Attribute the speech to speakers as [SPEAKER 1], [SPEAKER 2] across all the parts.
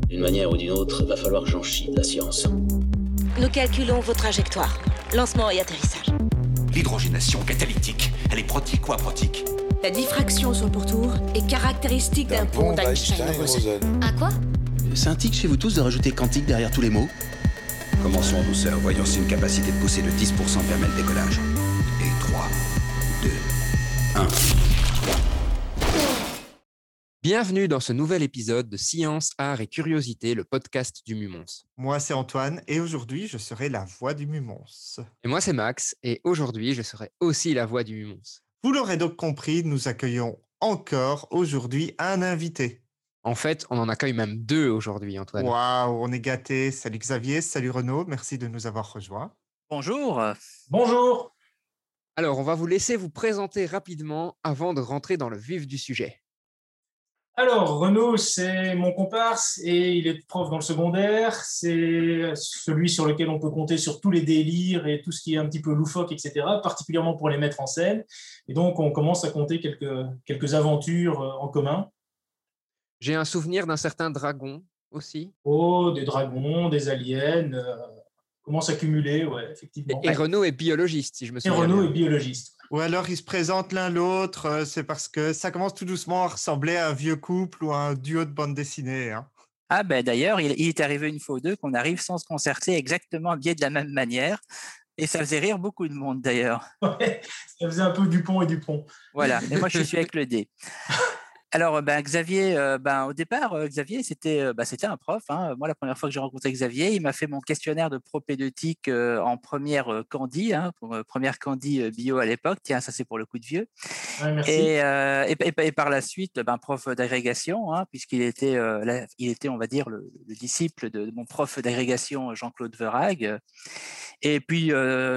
[SPEAKER 1] D'une manière ou d'une autre, va falloir que j'en chie de la science.
[SPEAKER 2] Nous calculons vos trajectoires. Lancement et atterrissage.
[SPEAKER 3] L'hydrogénation catalytique, elle est protique ou aprotique?
[SPEAKER 4] La diffraction sur le pourtour est caractéristique d'un pont d'Einstein-Rosen.
[SPEAKER 2] Un quoi?
[SPEAKER 5] C'est un tic chez vous tous de rajouter quantique derrière tous les mots?
[SPEAKER 3] Commençons en douceur, voyons si une capacité de pousser de 10% permet le décollage. Et 3, 2, 1...
[SPEAKER 6] Bienvenue dans ce nouvel épisode de Science, Art et Curiosité, le podcast du Mumons.
[SPEAKER 7] Moi, c'est Antoine, et aujourd'hui, je serai la voix du Mumons.
[SPEAKER 6] Et moi, c'est Max, et aujourd'hui, je serai aussi la voix du Mumons.
[SPEAKER 7] Vous l'aurez donc compris, nous accueillons encore aujourd'hui un invité.
[SPEAKER 6] En fait, on en accueille même deux aujourd'hui, Antoine.
[SPEAKER 7] Waouh, on est gâtés. Salut Xavier, salut Renaud, merci de nous avoir rejoints.
[SPEAKER 8] Bonjour.
[SPEAKER 9] Bonjour.
[SPEAKER 6] Alors, on va vous laisser vous présenter rapidement avant de rentrer dans le vif du sujet.
[SPEAKER 9] Alors, Renaud, c'est mon comparse et il est prof dans le secondaire. C'est celui sur lequel on peut compter sur tous les délires et tout ce qui est un petit peu loufoque, etc., particulièrement pour les mettre en scène. Et donc, on commence à compter quelques aventures en commun.
[SPEAKER 6] J'ai un souvenir d'un certain dragon aussi.
[SPEAKER 9] Oh, des dragons, des aliens, commence à cumuler, ouais, effectivement.
[SPEAKER 6] Et Renaud est biologiste, si je me souviens.
[SPEAKER 9] Et Renaud
[SPEAKER 6] bien.
[SPEAKER 9] est biologiste.
[SPEAKER 7] Ou alors ils se présentent l'un l'autre, c'est parce que ça commence tout doucement à ressembler à un vieux couple ou à un duo de bande dessinée. Hein.
[SPEAKER 8] Ah ben d'ailleurs, il est arrivé une fois ou deux qu'on arrive sans se concerter exactement bien de la même manière. Et ça faisait rire beaucoup de monde d'ailleurs.
[SPEAKER 9] Ouais, ça faisait un peu Dupont et Dupont.
[SPEAKER 8] Voilà, et moi je suis avec le D. Alors, Xavier, au départ, Xavier, c'était un prof. Hein. Moi, la première fois que j'ai rencontré Xavier, il m'a fait mon questionnaire de propédeutique en première Candi, première Candi bio à l'époque. Tiens, ça c'est pour le coup de vieux.
[SPEAKER 9] Ouais, merci.
[SPEAKER 8] Et par la suite, prof d'agrégation, puisqu'il était, on va dire, le disciple de mon prof d'agrégation, Jean-Claude Verhaeghe. Et puis,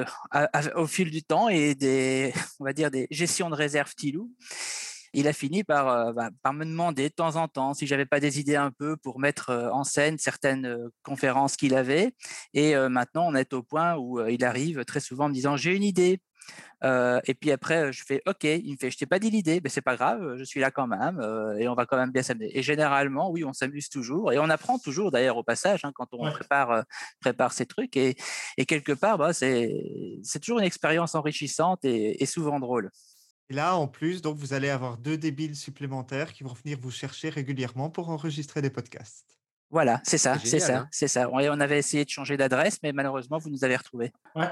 [SPEAKER 8] au fil du temps et des gestions de réserve Tilou, il a fini par me demander de temps en temps si j'avais pas des idées un peu pour mettre en scène certaines conférences qu'il avait. Et maintenant, on est au point où il arrive très souvent en me disant « j'ai une idée ». Et puis après, je fais « ok ». Il me fait « je t'ai pas dit l'idée ». Ben, c'est pas grave, je suis là quand même et on va quand même bien s'amuser. Et généralement, oui, on s'amuse toujours et on apprend toujours d'ailleurs au passage quand on prépare ces trucs. Et quelque part, c'est toujours une expérience enrichissante et souvent drôle.
[SPEAKER 7] Et là, en plus, donc, vous allez avoir 2 débiles supplémentaires qui vont venir vous chercher régulièrement pour enregistrer des podcasts.
[SPEAKER 8] Voilà, c'est ça.
[SPEAKER 6] Génial,
[SPEAKER 8] C'est ça. On avait essayé de changer d'adresse, mais malheureusement, vous nous avez retrouvés.
[SPEAKER 9] Ouais.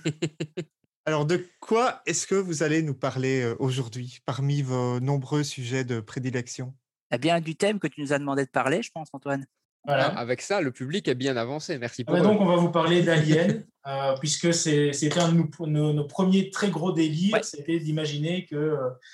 [SPEAKER 7] Alors, de quoi est-ce que vous allez nous parler aujourd'hui, parmi vos nombreux sujets de prédilection?
[SPEAKER 8] Eh bien, du thème que tu nous as demandé de parler, je pense, Antoine.
[SPEAKER 9] Voilà.
[SPEAKER 6] Avec ça, le public est bien avancé. Merci pour
[SPEAKER 9] Donc, on va vous parler d'Alien, puisque c'était un de nos premiers très gros délires,
[SPEAKER 8] Ouais.
[SPEAKER 9] C'était d'imaginer que,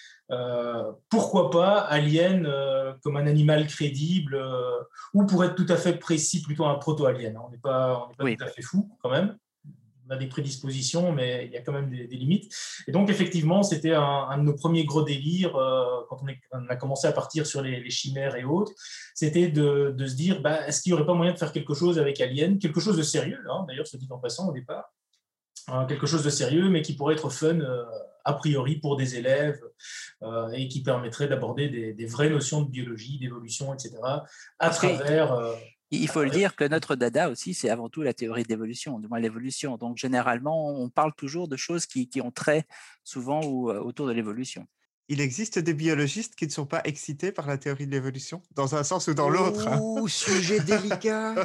[SPEAKER 9] pourquoi pas, Alien comme un animal crédible, ou pour être tout à fait précis, plutôt un proto-alien. On n'est pas
[SPEAKER 8] Oui.
[SPEAKER 9] tout à fait fou, quand même. On a des prédispositions, mais il y a quand même des limites. Et donc, effectivement, c'était un de nos premiers gros délires quand on a commencé à partir sur les chimères et autres. C'était de se dire, est-ce qu'il n'y aurait pas moyen de faire quelque chose avec Alien, quelque chose de sérieux, hein, d'ailleurs, se dit en passant au départ, quelque chose de sérieux, mais qui pourrait être fun a priori pour des élèves et qui permettrait d'aborder des vraies notions de biologie, d'évolution, etc.
[SPEAKER 8] Parce que
[SPEAKER 9] travers...
[SPEAKER 8] il faut le dire que notre dada aussi, c'est avant tout la théorie de l'évolution, du moins l'évolution. Donc, généralement, on parle toujours de choses qui ont trait souvent autour de l'évolution.
[SPEAKER 7] Il existe des biologistes qui ne sont pas excités par la théorie de l'évolution, dans un sens ou dans l'autre. Hein.
[SPEAKER 6] Ouh, sujet délicat.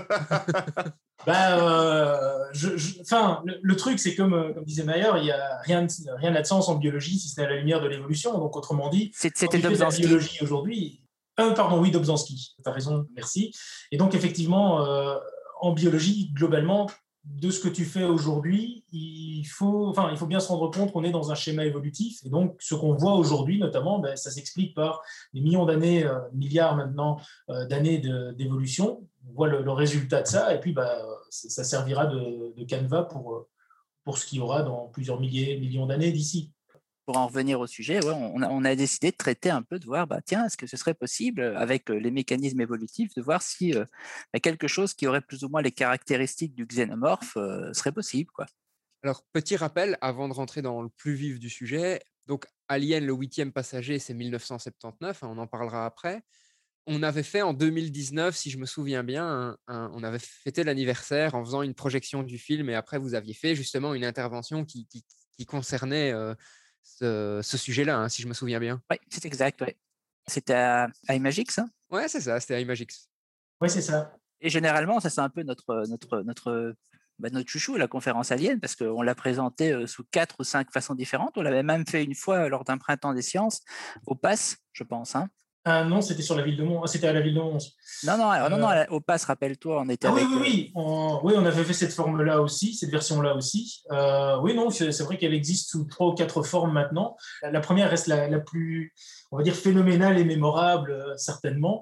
[SPEAKER 9] Le truc, c'est comme disait Mayer, il n'y a rien n'a de sens en biologie si ce n'est à la lumière de l'évolution. Donc, autrement dit,
[SPEAKER 8] C'était Dobzhansky.
[SPEAKER 9] La biologie aujourd'hui... oui, Dobzhansky, tu as raison, merci. Et donc, effectivement, en biologie, globalement, de ce que tu fais aujourd'hui, il faut bien se rendre compte qu'on est dans un schéma évolutif. Et donc, ce qu'on voit aujourd'hui, notamment, ça s'explique par des millions d'années, milliards maintenant d'années d'évolution. On voit le résultat de ça, et puis ça servira de canevas pour ce qu'il y aura dans plusieurs millions d'années d'ici.
[SPEAKER 8] Pour en revenir au sujet, on a décidé de traiter un peu, de voir, est-ce que ce serait possible, avec les mécanismes évolutifs, de voir si quelque chose qui aurait plus ou moins les caractéristiques du xénomorphe serait possible, quoi.
[SPEAKER 6] Alors, petit rappel, avant de rentrer dans le plus vif du sujet. Donc, Alien, le 8e passager, c'est 1979, on en parlera après. on avait fait en 2019, si je me souviens bien, on avait fêté l'anniversaire en faisant une projection du film et après, vous aviez fait justement une intervention qui concernait ce sujet-là, hein, si je me souviens bien.
[SPEAKER 8] Oui, c'est exact. Ouais. C'était à Imagix. Hein.
[SPEAKER 6] Ouais, c'est ça, c'était à Imagix.
[SPEAKER 9] Oui, c'est ça.
[SPEAKER 8] Et généralement, ça c'est un peu notre chouchou, la conférence Alien, parce qu'on l'a présenté sous 4 ou 5 façons différentes. On l'avait même fait une fois lors d'un printemps des sciences, au PASS, je pense. Hein.
[SPEAKER 9] Ah non, c'était sur la ville de Mons. C'était à la ville de Mons.
[SPEAKER 8] Non, au PASS, rappelle-toi, on était avec...
[SPEAKER 9] Oui. On avait fait cette forme-là aussi, cette version-là aussi. Oui, non, c'est vrai qu'elle existe sous 3 ou 4 formes maintenant. La première reste la plus, on va dire, phénoménale et mémorable, certainement.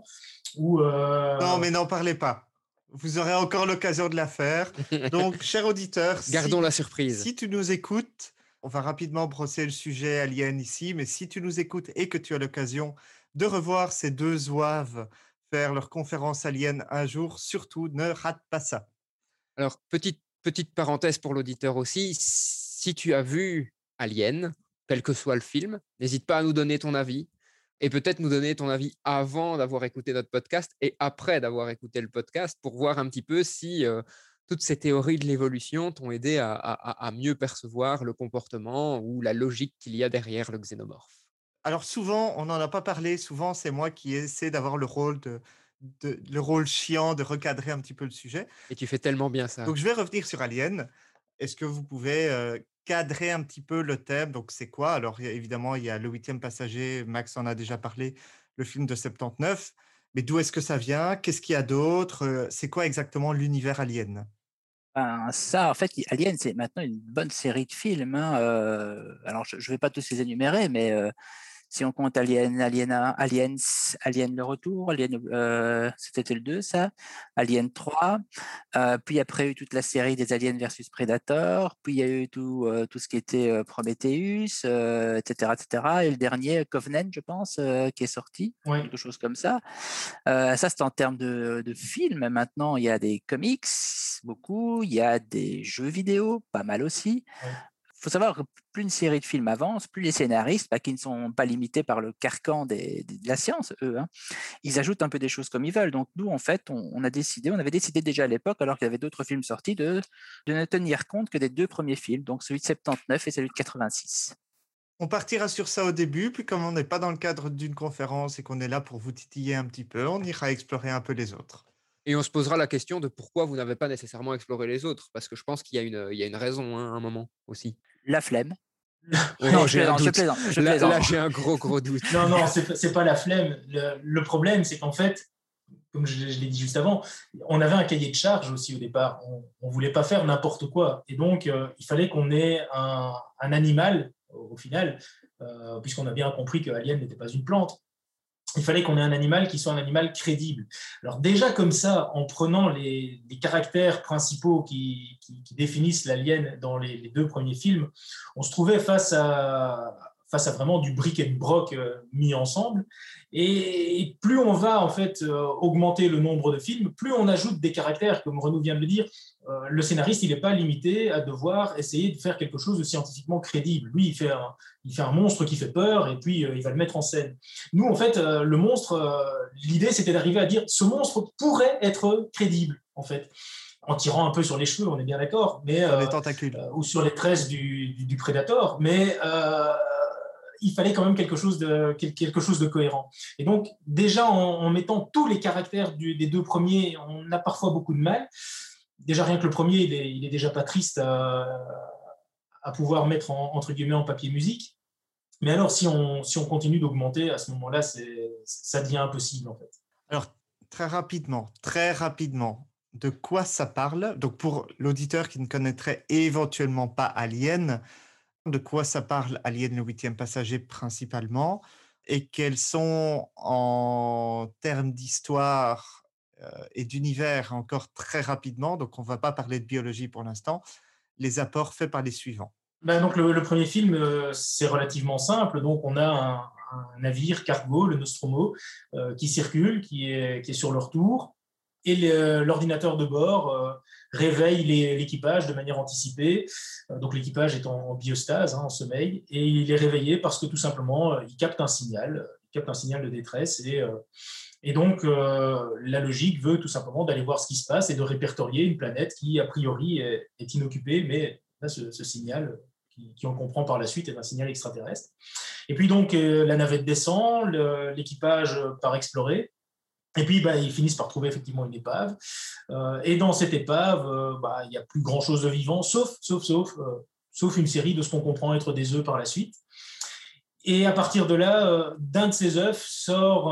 [SPEAKER 7] Non, mais n'en parlez pas. Vous aurez encore l'occasion de la faire. Donc, cher auditeur,
[SPEAKER 6] gardons la surprise.
[SPEAKER 7] Si tu nous écoutes, on va rapidement brosser le sujet Alien ici, mais si tu nous écoutes et que tu as l'occasion de revoir ces deux zouaves faire leur conférence Alien un jour, surtout ne rate pas ça.
[SPEAKER 6] Alors, petite parenthèse pour l'auditeur aussi, si tu as vu Alien, quel que soit le film, n'hésite pas à nous donner ton avis. Et peut-être nous donner ton avis avant d'avoir écouté notre podcast et après d'avoir écouté le podcast pour voir un petit peu si toutes ces théories de l'évolution t'ont aidé à mieux percevoir le comportement ou la logique qu'il y a derrière le xénomorphe.
[SPEAKER 7] Alors souvent, on n'en a pas parlé, souvent c'est moi qui essaie d'avoir le rôle le rôle chiant, de recadrer un petit peu le sujet.
[SPEAKER 6] Et tu fais tellement bien ça.
[SPEAKER 7] Donc je vais revenir sur Alien. Est-ce que vous pouvez cadrer un petit peu le thème? Donc c'est quoi? Alors évidemment, il y a Le 8e passager, Max en a déjà parlé, le film de 79. Mais d'où est-ce que ça vient? Qu'est-ce qu'il y a d'autre? C'est quoi exactement l'univers Alien?
[SPEAKER 8] Ça, en fait, Alien, c'est maintenant une bonne série de films. Hein. Alors, je ne vais pas tous les énumérer, mais si on compte Alien 1, Alien le retour, c'était le 2, ça, Alien 3, puis après il y a eu toute la série des Aliens versus Predator, puis il y a eu tout ce qui était Prometheus, etc., etc., et le dernier, Covenant, je pense, qui est sorti, quelque chose comme ça. Ça, c'est en termes de films. Maintenant, il y a des comics, beaucoup, il y a des jeux vidéo, pas mal aussi. Il faut savoir que plus une série de films avance, plus les scénaristes, qui ne sont pas limités par le carcan de la science, eux, hein, ils ajoutent un peu des choses comme ils veulent. Donc nous, en fait, on avait décidé déjà à l'époque, alors qu'il y avait d'autres films sortis, de ne tenir compte que des 2 premiers films, donc celui de 79 et celui de 86.
[SPEAKER 7] On partira sur ça au début, puis comme on n'est pas dans le cadre d'une conférence et qu'on est là pour vous titiller un petit peu, on ira explorer un peu les autres.
[SPEAKER 6] Et on se posera la question de pourquoi vous n'avez pas nécessairement exploré les autres, parce que je pense qu'il y a une raison, hein, à un moment aussi.
[SPEAKER 8] La flemme.
[SPEAKER 6] Non, j'ai un doute. Là, j'ai un gros doute.
[SPEAKER 9] Non, c'est pas la flemme. Le problème, c'est qu'en fait, comme je l'ai dit juste avant, on avait un cahier de charge aussi au départ. On voulait pas faire n'importe quoi. Et donc, il fallait qu'on ait un animal, au final, puisqu'on a bien compris que Alien n'était pas une plante. Il fallait qu'on ait un animal qui soit un animal crédible. Alors déjà comme ça, en prenant les caractères principaux qui définissent l'alien dans les 2 premiers films, on se trouvait face à vraiment du bric et broc mis ensemble. Et plus on va en fait augmenter le nombre de films, plus on ajoute des caractères, comme Renaud vient de le dire. Le scénariste, il n'est pas limité à devoir essayer de faire quelque chose de scientifiquement crédible. Lui, il fait un monstre qui fait peur et puis il va le mettre en scène. Nous, en fait, le monstre, l'idée, c'était d'arriver à dire ce monstre pourrait être crédible, en fait, en tirant un peu sur les cheveux, on est bien d'accord, mais
[SPEAKER 7] sur les tentacules
[SPEAKER 9] ou sur les tresses du Predator, mais il fallait quand même quelque chose de cohérent. Et donc, déjà, en mettant tous les caractères des 2 premiers, on a parfois beaucoup de mal. Déjà, rien que le premier, il est déjà pas triste à pouvoir mettre entre guillemets en papier musique. Mais alors, si on continue d'augmenter, à ce moment-là, ça devient impossible, en fait.
[SPEAKER 7] Alors, très rapidement, de quoi ça parle? Donc, pour l'auditeur qui ne connaîtrait éventuellement pas Alien, de quoi ça parle Alien le 8e passager principalement, et quels sont, en termes d'histoire et d'univers, encore très rapidement, donc on ne va pas parler de biologie pour l'instant, les apports faits par les suivants.
[SPEAKER 9] Donc le premier film, c'est relativement simple. Donc on a un navire cargo, le Nostromo, qui circule, qui est sur le retour, et l'ordinateur de bord réveille l'équipage de manière anticipée. Donc l'équipage est en biostase, en sommeil, et il est réveillé parce que tout simplement, il capte un signal de détresse, et Et donc, la logique veut tout simplement d'aller voir ce qui se passe et de répertorier une planète qui, a priori, est inoccupée, mais là, ce signal, qui on comprend par la suite, est un signal extraterrestre. Et puis donc, la navette descend, l'équipage part explorer, et puis ils finissent par trouver effectivement une épave. Et dans cette épave, il n'y a plus grand-chose de vivant, sauf une série de ce qu'on comprend être des œufs par la suite. Et à partir de là, d'un de ces œufs sort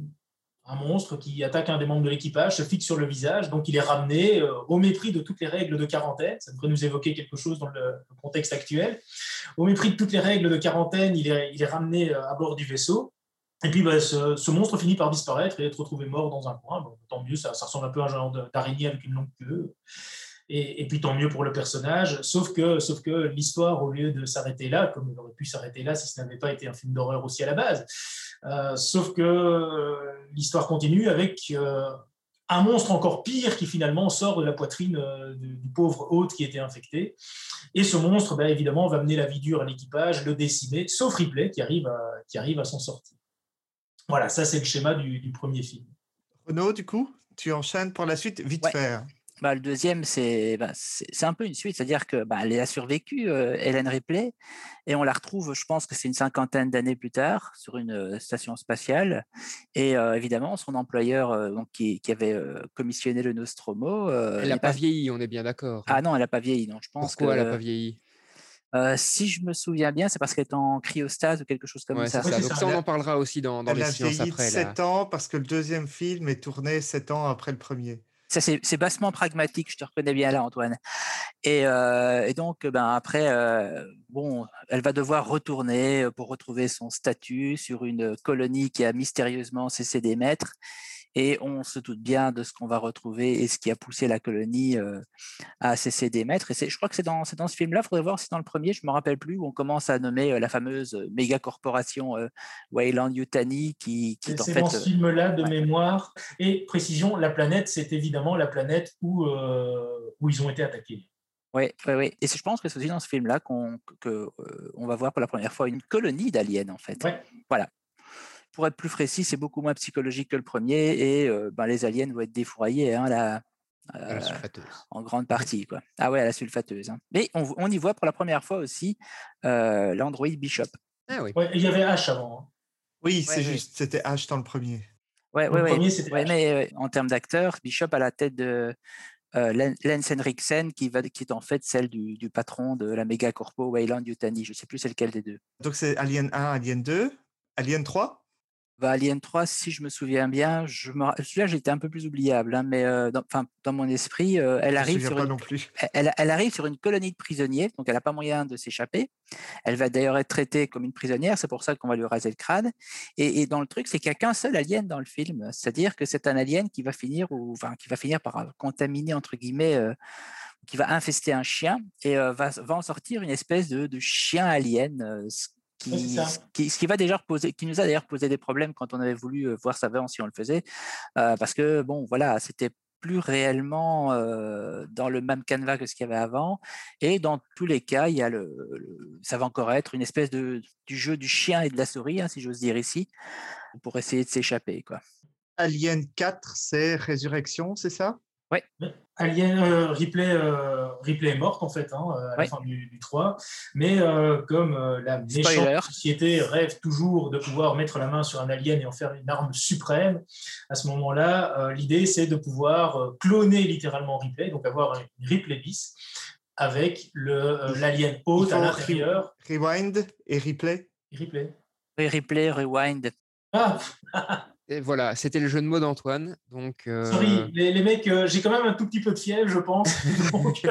[SPEAKER 9] un monstre qui attaque un des membres de l'équipage, se fixe sur le visage, donc il est ramené au mépris de toutes les règles de quarantaine. Ça devrait nous évoquer quelque chose dans le contexte actuel. Au mépris de toutes les règles de quarantaine, il est ramené à bord du vaisseau. Et puis ce monstre finit par disparaître et être retrouvé mort dans un coin. Bon, tant mieux, ça ressemble un peu à un genre d'araignée avec une longue queue. Et puis tant mieux pour le personnage, sauf que l'histoire, au lieu de s'arrêter là, comme elle aurait pu s'arrêter là si ce n'avait pas été un film d'horreur aussi à la base, sauf que l'histoire continue avec un monstre encore pire qui finalement sort de la poitrine du pauvre hôte qui était infecté. Et ce monstre, évidemment, va mener la vie dure à l'équipage, le décimer, sauf Ripley qui arrive à s'en sortir. Voilà, ça c'est le schéma du premier film.
[SPEAKER 7] Renaud, du coup, tu enchaînes pour la suite, vite fait.
[SPEAKER 8] Le deuxième, c'est un peu une suite, c'est-à-dire que elle a survécu, Ellen Ripley, et on la retrouve, je pense que c'est une 50aine d'années plus tard, sur une station spatiale, et évidemment, son employeur qui avait commissionné le Nostromo…
[SPEAKER 6] elle n'a pas vieilli, on est bien d'accord.
[SPEAKER 8] Ah non, elle n'a pas vieilli, non, je pense.
[SPEAKER 6] Pourquoi elle n'a pas vieilli?
[SPEAKER 8] Si je me souviens bien, c'est parce qu'elle est en cryostase ou quelque chose comme ça.
[SPEAKER 6] C'est ça. Donc ça, on en parlera aussi dans les sciences après.
[SPEAKER 7] Elle a vieilli de 7 ans parce que le deuxième film est tourné 7 ans après le premier.
[SPEAKER 8] Ça, c'est bassement pragmatique, je te reconnais bien là, Antoine. Et donc, après, elle va devoir retourner pour retrouver son statut sur une colonie qui a mystérieusement cessé d'émettre. Et on se doute bien de ce qu'on va retrouver et ce qui a poussé la colonie à cesser d'émettre. Et je crois que c'est dans ce film-là, il faudrait voir si c'est dans le premier, je ne me rappelle plus, où on commence à nommer la fameuse méga corporation Weyland-Yutani qui
[SPEAKER 9] c'est
[SPEAKER 8] en fait…
[SPEAKER 9] C'est dans ce film-là de mémoire. Et précision, la planète, c'est évidemment la planète où ils ont été attaqués.
[SPEAKER 8] Oui. Et je pense que c'est aussi dans ce film-là qu'on va voir pour la première fois une colonie d'aliens, en fait.
[SPEAKER 9] Ouais.
[SPEAKER 8] Voilà. Pour être plus précis, c'est beaucoup moins psychologique que le premier et les aliens vont être défouraillés
[SPEAKER 6] à la sulfateuse.
[SPEAKER 8] En grande partie. Quoi. Ah ouais, à la sulfateuse. Hein. Mais on y voit pour la première fois aussi l'androïde Bishop.
[SPEAKER 6] Ah oui.
[SPEAKER 9] Ouais, il y avait H avant. Hein.
[SPEAKER 7] Oui, c'est juste, c'était H dans le premier.
[SPEAKER 8] Oui,
[SPEAKER 9] premier, c'était H.
[SPEAKER 8] Mais en termes d'acteurs, Bishop à la tête de Lance Henriksen qui est en fait celle du patron de la méga corpo Weyland-Yutani. Je ne sais plus c'est lequel des deux. Donc
[SPEAKER 7] c'est Alien 1, Alien 2, Alien 3
[SPEAKER 8] Alien 3, si je me souviens bien, celui-là j'étais un peu plus oubliable, hein, mais dans mon esprit, elle arrive sur une colonie de prisonniers, donc elle n'a pas moyen de s'échapper. Elle va d'ailleurs être traitée comme une prisonnière, c'est pour ça qu'on va lui raser le crâne. Et dans le truc, c'est qu'il n'y a qu'un seul alien dans le film, c'est-à-dire que c'est un alien qui va finir par contaminer, entre guillemets, qui va infester un chien et va en sortir une espèce de chien alien, ce qui nous a d'ailleurs posé des problèmes quand on avait voulu voir ça avant si on le faisait, parce que c'était plus réellement dans le même canevas que ce qu'il y avait avant, et dans tous les cas, il y a ça va encore être une espèce du jeu du chien et de la souris, hein, si j'ose dire ici, pour essayer de s'échapper, quoi.
[SPEAKER 7] Alien 4, c'est Résurrection, c'est ça?
[SPEAKER 8] Oui.
[SPEAKER 9] Alien, Ripley est morte en fait à la fin du 3, mais comme la méchante société rêve toujours de pouvoir mettre la main sur un alien et en faire une arme suprême, à ce moment-là, l'idée c'est de pouvoir cloner littéralement Ripley, donc avoir une Ripley bis avec l'alien hôte à l'intérieur.
[SPEAKER 7] Rewind et Ripley.
[SPEAKER 8] Replay, rewind.
[SPEAKER 9] Ah.
[SPEAKER 6] Et voilà, c'était le jeu de mots d'Antoine. Donc,
[SPEAKER 9] Sorry, les mecs, j'ai quand même un tout petit peu de fièvre, je pense. Donc...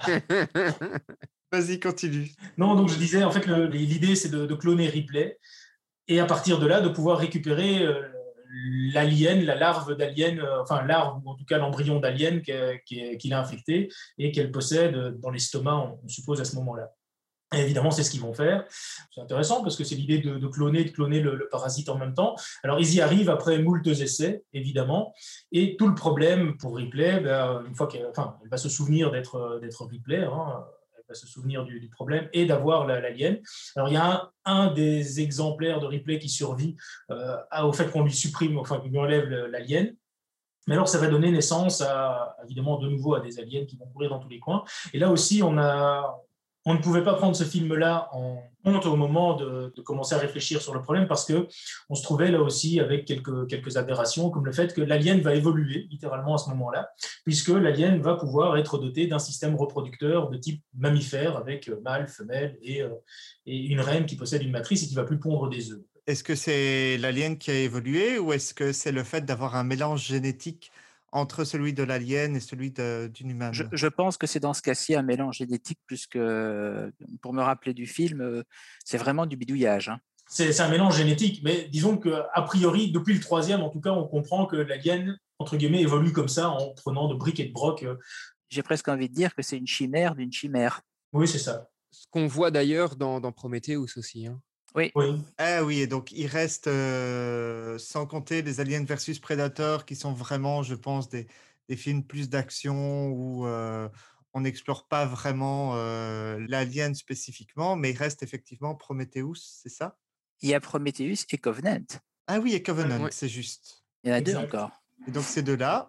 [SPEAKER 7] Vas-y, continue.
[SPEAKER 9] Non, donc je disais, en fait, l'idée, c'est de cloner Ripley et à partir de là, de pouvoir récupérer l'alien, la larve d'alien, larve ou en tout cas l'embryon d'alien qu'il a infecté et qu'elle possède dans l'estomac, on suppose, à ce moment-là. Et évidemment, c'est ce qu'ils vont faire. C'est intéressant parce que c'est l'idée de cloner le parasite en même temps. Alors, ils y arrivent après moultes essais, évidemment. Et tout le problème pour Ripley, une fois elle va se souvenir d'être Ripley, va se souvenir du problème, et d'avoir l'alien. Alors, il y a un des exemplaires de Ripley qui survit au fait qu'on lui supprime, enfin, qu'on lui enlève l'alien. Mais alors, ça va donner naissance évidemment, de nouveau à des aliens qui vont courir dans tous les coins. Et là aussi, on ne pouvait pas prendre ce film-là en compte au moment de commencer à réfléchir sur le problème, parce qu'on se trouvait là aussi avec quelques aberrations, comme le fait que l'alien va évoluer littéralement à ce moment-là, puisque l'alien va pouvoir être doté d'un système reproducteur de type mammifère, avec mâle, femelle et une reine qui possède une matrice et qui ne va plus pondre des œufs.
[SPEAKER 7] Est-ce que c'est l'alien qui a évolué, ou est-ce que c'est le fait d'avoir un mélange génétique entre celui de l'alien et celui d'une humaine?
[SPEAKER 8] Je pense que c'est dans ce cas-ci un mélange génétique, puisque, pour me rappeler du film, c'est vraiment du bidouillage. Hein.
[SPEAKER 9] C'est un mélange génétique, mais disons qu'a priori, depuis le 3e, en tout cas, on comprend que l'alien, entre guillemets, évolue comme ça, en prenant de briques et de broc.
[SPEAKER 8] J'ai presque envie de dire que c'est une chimère d'une chimère.
[SPEAKER 9] Oui, c'est ça.
[SPEAKER 6] Ce qu'on voit d'ailleurs dans Prometheus aussi. Hein.
[SPEAKER 8] Oui.
[SPEAKER 7] Ah oui, et donc il reste, sans compter les Aliens versus Predator, qui sont vraiment, je pense, des films plus d'action où on n'explore pas vraiment l'alien spécifiquement, mais il reste effectivement Prometheus, c'est ça?
[SPEAKER 8] Il y a Prometheus et Covenant.
[SPEAKER 7] Ah oui, et Covenant,
[SPEAKER 6] Ouais.
[SPEAKER 7] c'est juste.
[SPEAKER 8] Il y en a
[SPEAKER 9] Exact.
[SPEAKER 8] deux encore.
[SPEAKER 7] Et donc ces deux-là,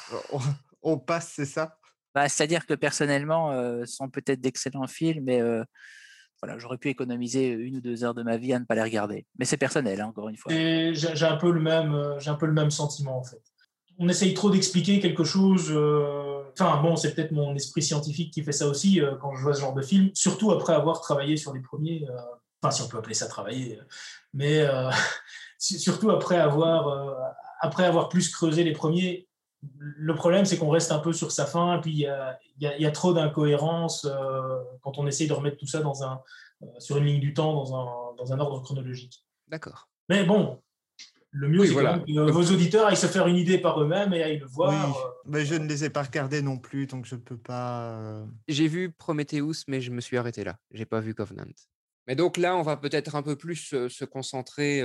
[SPEAKER 7] on passe, c'est ça?
[SPEAKER 8] Bah, c'est-à-dire que personnellement, sont peut-être d'excellents films, mais voilà, j'aurais pu économiser 1 ou 2 heures de ma vie à ne pas les regarder. Mais c'est personnel, hein, encore une fois.
[SPEAKER 9] J'ai un peu le même sentiment, en fait. On essaye trop d'expliquer quelque chose. Enfin, bon, c'est peut-être mon esprit scientifique qui fait ça aussi quand je vois ce genre de film, surtout après avoir travaillé sur les premiers. Enfin, si on peut appeler ça travailler. Mais surtout après avoir plus creusé les premiers. Le problème, c'est qu'on reste un peu sur sa fin, et puis il y a trop d'incohérences quand on essaye de remettre tout ça sur une ligne du temps, dans un ordre chronologique.
[SPEAKER 6] D'accord.
[SPEAKER 9] Mais bon, le mieux, c'est quand même que vos auditeurs aillent se faire une idée par eux-mêmes et aillent le voir.
[SPEAKER 7] Oui, mais je ne les ai pas regardés non plus, donc je ne peux pas...
[SPEAKER 6] J'ai vu Prometheus, mais je me suis arrêté là. J'ai pas vu Covenant. Mais donc là, on va peut-être un peu plus se concentrer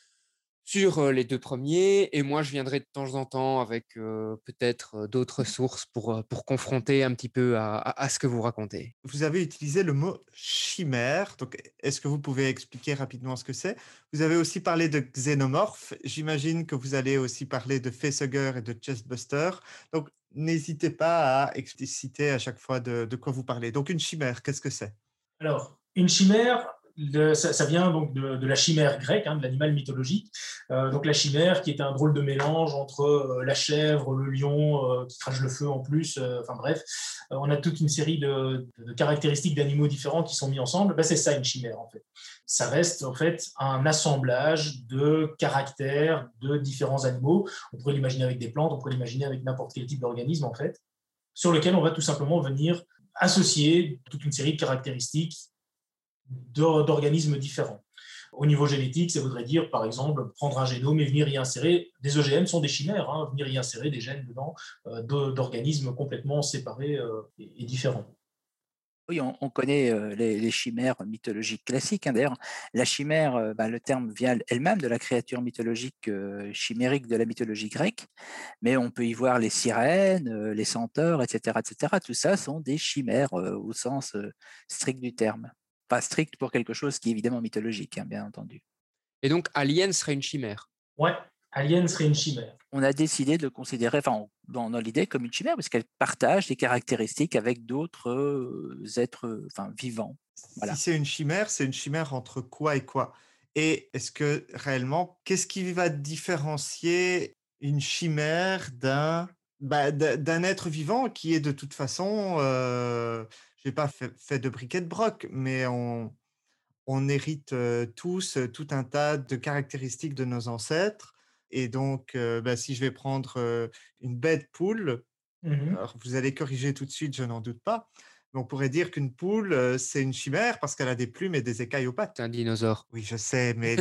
[SPEAKER 6] sur les 2 premiers, et moi je viendrai de temps en temps avec peut-être d'autres sources pour confronter un petit peu à ce que vous racontez.
[SPEAKER 7] Vous avez utilisé le mot chimère, donc est-ce que vous pouvez expliquer rapidement ce que c'est? Vous avez aussi parlé de xénomorphes, j'imagine que vous allez aussi parler de facehugger et de chestbuster, donc n'hésitez pas à expliciter à chaque fois de quoi vous parlez. Donc une chimère, qu'est-ce que c'est?
[SPEAKER 9] Alors, une chimère, ça vient donc de la chimère grecque, de l'animal mythologique. Donc la chimère qui est un drôle de mélange entre la chèvre, le lion qui crache le feu en plus. Enfin bref, on a toute une série de caractéristiques d'animaux différents qui sont mis ensemble. C'est ça une chimère en fait. Ça reste en fait un assemblage de caractères de différents animaux. On pourrait l'imaginer avec des plantes, on pourrait l'imaginer avec n'importe quel type d'organisme en fait, sur lequel on va tout simplement venir associer toute une série de caractéristiques d'organismes différents. Au niveau génétique, ça voudrait dire, par exemple, prendre un génome et venir y insérer, des OGM sont des chimères, venir y insérer des gènes dedans d'organismes complètement séparés et différents.
[SPEAKER 8] Oui, on connaît les chimères mythologiques classiques. D'ailleurs, la chimère, le terme vient elle-même de la créature mythologique chimérique de la mythologie grecque, mais on peut y voir les sirènes, les centaures, etc., etc. Tout ça sont des chimères au sens strict du terme. Pas strict pour quelque chose qui est évidemment mythologique, bien entendu.
[SPEAKER 6] Et donc, Alien serait une chimère?
[SPEAKER 9] Ouais, Alien serait une chimère.
[SPEAKER 8] On a décidé de le considérer, dans l'idée, comme une chimère, parce qu'elle partage des caractéristiques avec d'autres êtres vivants. Voilà.
[SPEAKER 7] Si c'est une chimère entre quoi et quoi? Et est-ce que réellement, qu'est-ce qui va différencier une chimère d'un être vivant qui est de toute façon, je n'ai pas fait de briquet de broc, mais on hérite tous tout un tas de caractéristiques de nos ancêtres. Et donc, si je vais prendre une bête poule, alors vous allez corriger tout de suite, je n'en doute pas, mais on pourrait dire qu'une poule, c'est une chimère parce qu'elle a des plumes et des écailles aux pattes.
[SPEAKER 6] C'est un dinosaure.
[SPEAKER 7] Oui, je sais, mais...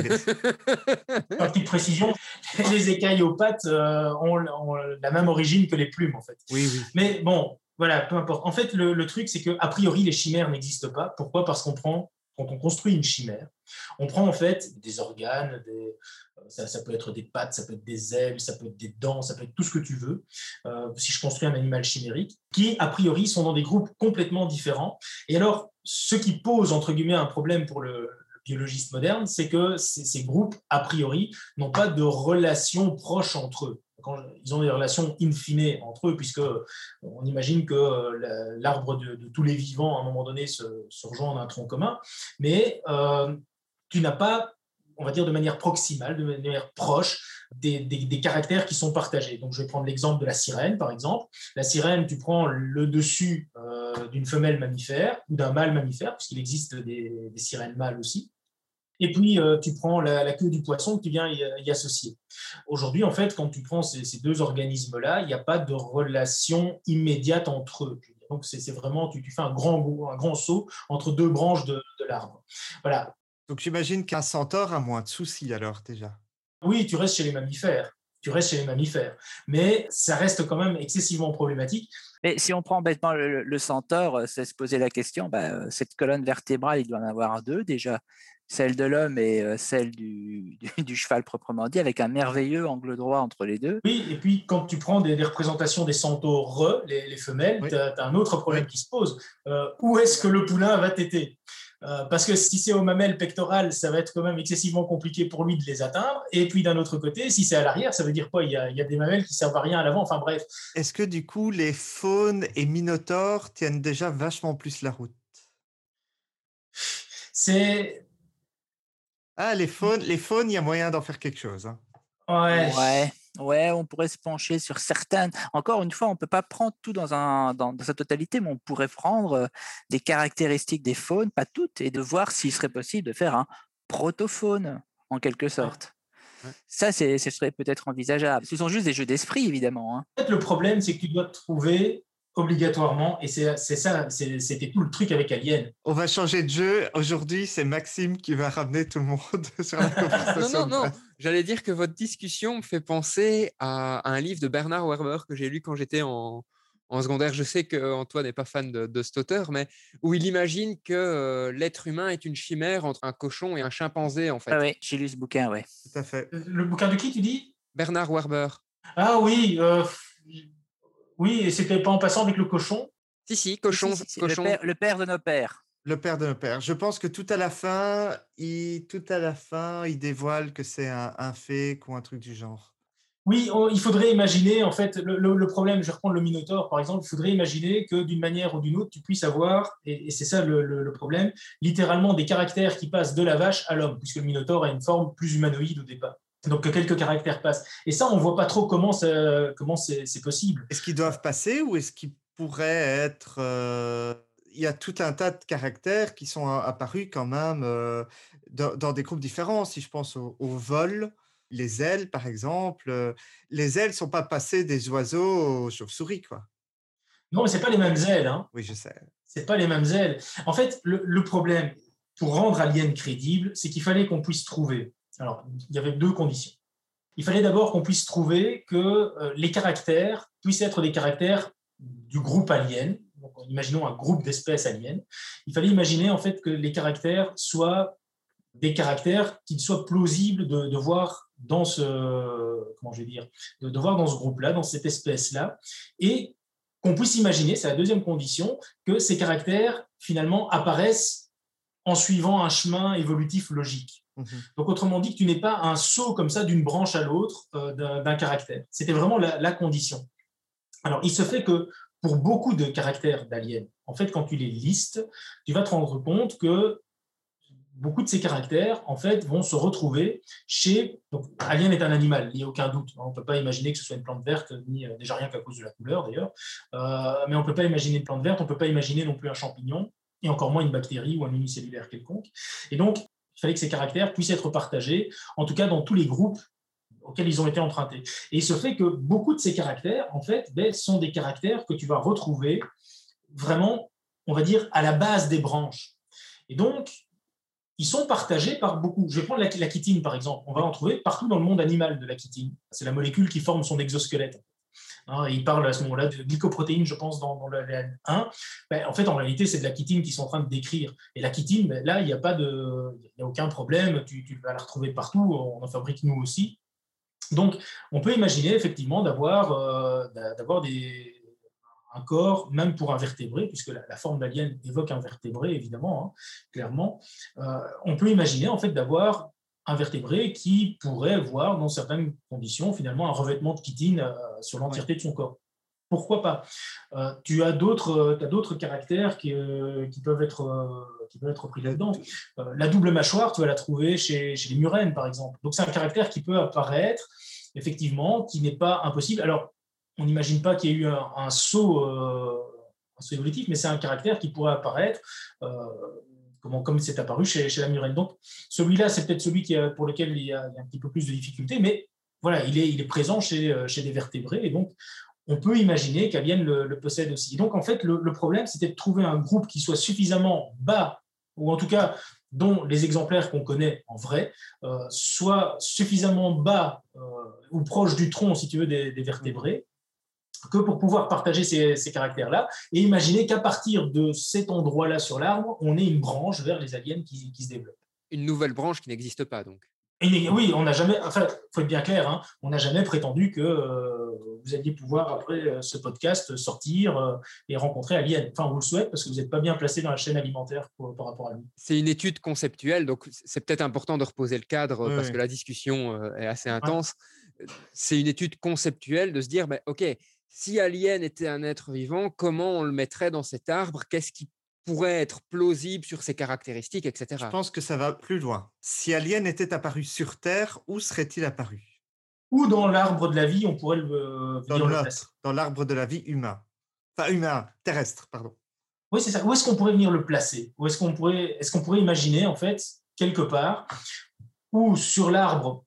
[SPEAKER 9] Petite précision, les écailles aux pattes ont la même origine que les plumes, en fait.
[SPEAKER 7] Oui, oui.
[SPEAKER 9] Mais bon, voilà, peu importe. En fait, le truc, c'est qu'a priori, les chimères n'existent pas. Pourquoi? Parce qu'on prend quand on construit une chimère, on prend en fait des organes, ça peut être des pattes, ça peut être des ailes, ça peut être des dents, ça peut être tout ce que tu veux, si je construis un animal chimérique, qui a priori sont dans des groupes complètement différents. Et alors, ce qui pose entre guillemets un problème pour le biologiste moderne, c'est que ces groupes, a priori, n'ont pas de relation proche entre eux. Ils ont des relations in fine entre eux, puisqu'on imagine que l'arbre de tous les vivants, à un moment donné, se rejoint en un tronc commun, mais tu n'as pas, on va dire de manière proximale, de manière proche, des caractères qui sont partagés. Donc, je vais prendre l'exemple de la sirène, par exemple. La sirène, tu prends le dessus d'une femelle mammifère ou d'un mâle mammifère, puisqu'il existe des sirènes mâles aussi. Et puis, tu prends la queue du poisson que tu viens y associer. Aujourd'hui, en fait, quand tu prends ces deux organismes-là, il n'y a pas de relation immédiate entre eux. Donc, c'est vraiment, tu fais un grand saut entre deux branches de l'arbre. Voilà.
[SPEAKER 7] Donc, j'imagine qu'un centaure a moins de soucis, alors, déjà.
[SPEAKER 9] Oui, tu restes chez les mammifères. Mais ça reste quand même excessivement problématique.
[SPEAKER 8] Mais si on prend bêtement le centaure, c'est se poser la question, cette colonne vertébrale, il doit en avoir deux déjà. Celle de l'homme et celle du cheval proprement dit, avec un merveilleux angle droit entre les deux.
[SPEAKER 9] Oui, et puis quand tu prends des représentations des centaures, les femelles, oui. Tu as un autre problème qui se pose. Où est-ce que le poulain va téter ? Parce que si c'est aux mamelles pectorales, ça va être quand même excessivement compliqué pour lui de les atteindre. Et puis d'un autre côté, si c'est à l'arrière, ça veut dire quoi ? Il y a des mamelles qui ne servent à rien à l'avant. Enfin bref.
[SPEAKER 7] Est-ce que du coup, les faunes et minotaures tiennent déjà vachement plus la route ? Les faunes, il y a moyen d'en faire quelque chose. Hein.
[SPEAKER 8] Ouais, on pourrait se pencher sur certaines. Encore une fois, on ne peut pas prendre tout dans sa totalité, mais on pourrait prendre des caractéristiques des faunes, pas toutes, et de voir s'il serait possible de faire un protofaune, en quelque sorte. Ouais. Ça, ce serait peut-être envisageable. Ce sont juste des jeux d'esprit, évidemment. Hein.
[SPEAKER 9] En fait, le problème, c'est que tu dois trouver obligatoirement, et c'était tout le truc avec Alien.
[SPEAKER 7] On va changer de jeu. Aujourd'hui, c'est Maxime qui va ramener tout le monde sur la conversation.
[SPEAKER 6] Non. J'allais dire que votre discussion me fait penser à un livre de Bernard Werber que j'ai lu quand j'étais en secondaire. Je sais qu'Antoine n'est pas fan de cet auteur, mais où il imagine que l'être humain est une chimère entre un cochon et un chimpanzé, en fait.
[SPEAKER 8] Ah oui, j'ai lu ce bouquin, oui.
[SPEAKER 7] Tout à fait.
[SPEAKER 9] Le bouquin de qui, tu dis ?
[SPEAKER 6] Bernard Werber.
[SPEAKER 9] Ah oui, oui, et c'était pas en passant avec le cochon ?
[SPEAKER 6] Si, cochon.
[SPEAKER 8] Si. Le père de nos pères.
[SPEAKER 7] Le père de nos pères. Je pense que tout à la fin, il dévoile que c'est un fake ou un truc du genre.
[SPEAKER 9] Oui, il faudrait imaginer, en fait, le problème, je vais reprendre le Minotaure, par exemple, il faudrait imaginer que d'une manière ou d'une autre, tu puisses avoir, et c'est ça le problème, littéralement des caractères qui passent de la vache à l'homme, puisque le Minotaure a une forme plus humanoïde au départ. Donc, que quelques caractères passent. Et ça, on ne voit pas trop comment c'est possible.
[SPEAKER 7] Est-ce qu'ils doivent passer ou est-ce qu'ils pourraient être... Il y a tout un tas de caractères qui sont apparus quand même dans des groupes différents. Si je pense au vol, les ailes, par exemple, les ailes ne sont pas passées des oiseaux aux chauves-souris, quoi.
[SPEAKER 9] Non, mais ce n'est pas les mêmes ailes. Hein.
[SPEAKER 7] Oui, je sais.
[SPEAKER 9] Ce n'est pas les mêmes ailes. En fait, le problème, pour rendre Alien crédible, c'est qu'il fallait qu'on puisse trouver... Alors, il y avait deux conditions. Il fallait d'abord qu'on puisse trouver que les caractères puissent être des caractères du groupe alien. Donc, imaginons un groupe d'espèces aliens. Il fallait imaginer en fait que les caractères soient des caractères qu'il soit plausible de voir dans de voir dans ce groupe-là, dans cette espèce-là, et qu'on puisse imaginer, c'est la deuxième condition, que ces caractères finalement apparaissent en suivant un chemin évolutif logique. Donc, autrement dit, que tu n'aies pas un saut comme ça d'une branche à l'autre d'un caractère. C'était vraiment la condition. Alors, il se fait que pour beaucoup de caractères d'aliens, en fait, quand tu les listes, tu vas te rendre compte que beaucoup de ces caractères, en fait, vont se retrouver chez... Donc, alien est un animal, il n'y a aucun doute. On ne peut pas imaginer que ce soit une plante verte, ni déjà rien qu'à cause de la couleur, d'ailleurs. Mais on ne peut pas imaginer une plante verte, on ne peut pas imaginer non plus un champignon, et encore moins une bactérie ou un unicellulaire quelconque. Et donc, il fallait que ces caractères puissent être partagés, en tout cas dans tous les groupes auxquels ils ont été empruntés. Et il se fait que beaucoup de ces caractères, en fait, sont des caractères que tu vas retrouver vraiment, on va dire, à la base des branches. Et donc, ils sont partagés par beaucoup. Je vais prendre la chitine, par exemple. On va en trouver partout dans le monde animal de la chitine. C'est la molécule qui forme son exosquelette. Hein, il parle à ce moment-là de glycoprotéines, je pense, dans l'ADN 1. Ben, en fait, en réalité, c'est de la chitine qu'ils sont en train de décrire. Et la chitine, ben, là, il n'y a aucun problème. Tu vas la retrouver partout. On en fabrique nous aussi. Donc, on peut imaginer effectivement d'avoir un corps, même pour un vertébré, puisque la forme d'alien évoque un vertébré, évidemment, hein, clairement. On peut imaginer en fait d'avoir un vertébré qui pourrait voir, dans certaines conditions, finalement, un revêtement de chitine sur l'entièreté de son corps. Pourquoi pas? Tu as d'autres caractères qui peuvent être pris là-dedans. La double mâchoire, tu vas la trouver chez les murènes, par exemple. Donc, c'est un caractère qui peut apparaître, effectivement, qui n'est pas impossible. Alors, on n'imagine pas qu'il y ait eu un saut évolutif, mais c'est un caractère qui pourrait apparaître comme c'est apparu chez la murène. Donc, celui-là, c'est peut-être celui pour lequel il y a un petit peu plus de difficultés, mais voilà, il est présent chez des vertébrés, et donc on peut imaginer qu'Alien le possède aussi. Donc, en fait, le problème, c'était de trouver un groupe qui soit suffisamment bas, ou en tout cas dont les exemplaires qu'on connaît en vrai soient suffisamment bas ou proches du tronc, si tu veux, des vertébrés, que pour pouvoir partager ces caractères-là, et imaginer qu'à partir de cet endroit-là sur l'arbre, on ait une branche vers les aliens qui se développent.
[SPEAKER 6] Une nouvelle branche qui n'existe pas, donc.
[SPEAKER 9] Et oui, on n'a jamais, enfin, il faut être bien clair, hein, on n'a jamais prétendu que vous alliez pouvoir, après ce podcast, sortir et rencontrer Alien. Enfin, on vous le souhaite parce que vous n'êtes pas bien placé dans la chaîne alimentaire par rapport à lui.
[SPEAKER 6] C'est une étude conceptuelle, donc c'est peut-être important de reposer le cadre parce que la discussion est assez intense. C'est une étude conceptuelle de se dire, OK, si Alien était un être vivant, comment on le mettrait dans cet arbre? Qu'est-ce qui pourrait être plausible sur ses caractéristiques, etc.
[SPEAKER 7] Je pense que ça va plus loin. Si Alien était apparu sur Terre, où serait-il apparu?
[SPEAKER 9] Ou dans l'arbre de la vie, on pourrait le placer.
[SPEAKER 7] Dans l'arbre de la vie humain. Enfin, humain, terrestre, pardon.
[SPEAKER 9] Oui, c'est ça. Où est-ce qu'on pourrait venir le placer? Est-ce qu'on pourrait imaginer, en fait, quelque part, où sur l'arbre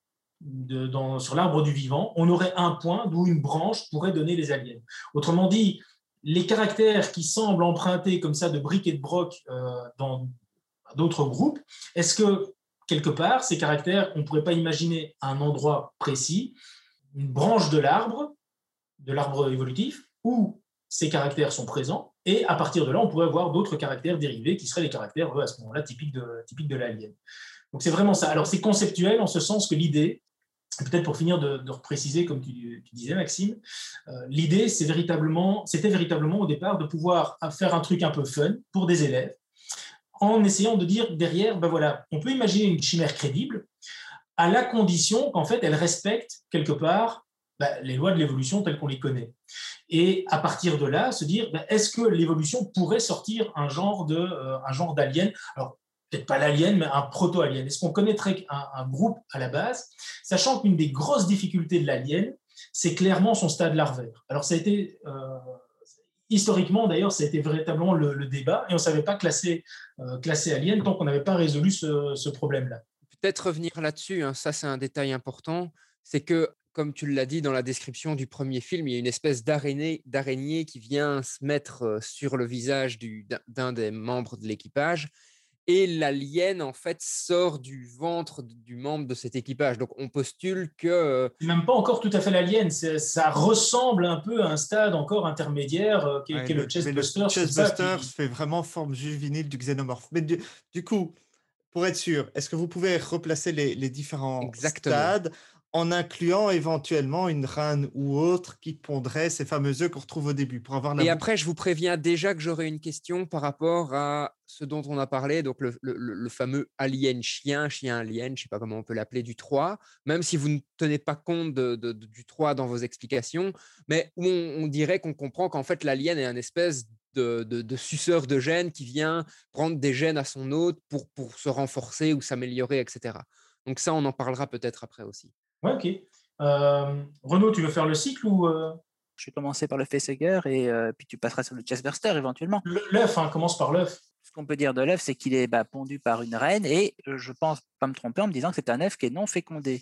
[SPEAKER 9] du vivant, on aurait un point d'où une branche pourrait donner les aliens. Autrement dit, les caractères qui semblent empruntés comme ça de briques et de broc dans d'autres groupes, est-ce que, quelque part, ces caractères, on ne pourrait pas imaginer un endroit précis, une branche de l'arbre évolutif, où ces caractères sont présents, et à partir de là, on pourrait avoir d'autres caractères dérivés qui seraient les caractères, à ce moment-là, typiques de l'alien. Donc, c'est vraiment ça. Alors, c'est conceptuel en ce sens que l'idée, peut-être pour finir de repréciser, comme tu disais, Maxime, l'idée, c'était véritablement au départ de pouvoir faire un truc un peu fun pour des élèves, en essayant de dire derrière, on peut imaginer une chimère crédible, à la condition qu'en fait, elle respecte quelque part les lois de l'évolution telles qu'on les connaît. Et à partir de là, se dire, est-ce que l'évolution pourrait sortir un genre d'alien? Alors, peut-être pas l'alien, mais un proto-alien. Est-ce qu'on connaîtrait un groupe à la base, sachant qu'une des grosses difficultés de l'alien, c'est clairement son stade larvaire. Alors, ça a été, historiquement d'ailleurs, ça a été véritablement le débat, et on ne savait pas classer alien tant qu'on n'avait pas résolu ce problème-là.
[SPEAKER 6] Peut-être revenir là-dessus, hein, ça c'est un détail important, c'est que, comme tu l'as dit dans la description du premier film, il y a une espèce d'araignée qui vient se mettre sur le visage d'un des membres de l'équipage, et l'alien, en fait, sort du ventre du membre de cet équipage. Donc, on postule que...
[SPEAKER 9] C'est même pas encore tout à fait l'alien. Ça ressemble un peu à un stade encore intermédiaire qui est le chestbuster.
[SPEAKER 7] Le chestbuster fait vraiment forme juvénile du xénomorphe. Mais du coup, pour être sûr, est-ce que vous pouvez replacer les différents stades en incluant éventuellement une rane ou autre qui pondrait ces fameux œufs qu'on retrouve au début pour avoir
[SPEAKER 6] Et après, je vous préviens déjà que j'aurai une question par rapport à ce dont on a parlé, donc le fameux alien chien alien, je ne sais pas comment on peut l'appeler, du 3, même si vous ne tenez pas compte du 3 dans vos explications, mais où on dirait qu'on comprend qu'en fait l'alien est un espèce de suceur de gènes qui vient prendre des gènes à son hôte pour se renforcer ou s'améliorer, etc. Donc ça, on en parlera peut-être après aussi.
[SPEAKER 9] Ouais, ok. Renaud, tu veux faire le cycle ou
[SPEAKER 8] Je vais commencer par le facehugger et puis tu passeras sur le chestburster éventuellement.
[SPEAKER 9] L'œuf, commence par l'œuf.
[SPEAKER 8] Ce qu'on peut dire de l'œuf, c'est qu'il est pondu par une reine et je pense pas me tromper en me disant que c'est un œuf qui est non fécondé.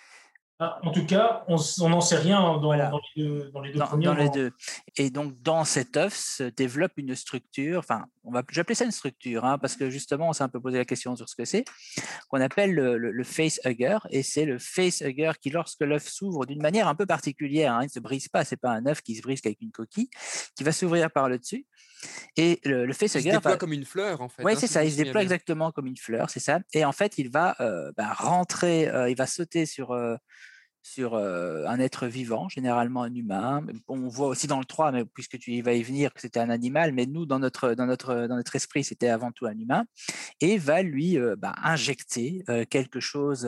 [SPEAKER 9] En tout cas, on n'en sait rien dans les deux premiers.
[SPEAKER 8] Dans les deux. Et donc, dans cet œuf se développe une structure, enfin, j'appelais ça une structure, hein, parce que justement, on s'est un peu posé la question sur ce que c'est, qu'on appelle le facehugger, et c'est le facehugger qui, lorsque l'œuf s'ouvre d'une manière un peu particulière, hein, il ne se brise pas, c'est pas un œuf qui se brise qu'avec une coquille, qui va s'ouvrir par le dessus, et le
[SPEAKER 6] Il se
[SPEAKER 8] facehugger
[SPEAKER 6] déploie comme une fleur, en fait.
[SPEAKER 8] oui,
[SPEAKER 6] hein,
[SPEAKER 8] c'est
[SPEAKER 6] si
[SPEAKER 8] ça,
[SPEAKER 6] je me
[SPEAKER 8] il se
[SPEAKER 6] souviens
[SPEAKER 8] déploie
[SPEAKER 6] bien.
[SPEAKER 8] exactement comme une fleur, c'est ça. Et en fait, il va rentrer, il va sauter sur un être vivant, généralement un humain. On voit aussi dans le 3, mais puisque tu y vas y venir, que c'était un animal, mais nous, dans notre esprit, c'était avant tout un humain, et va lui injecter quelque chose,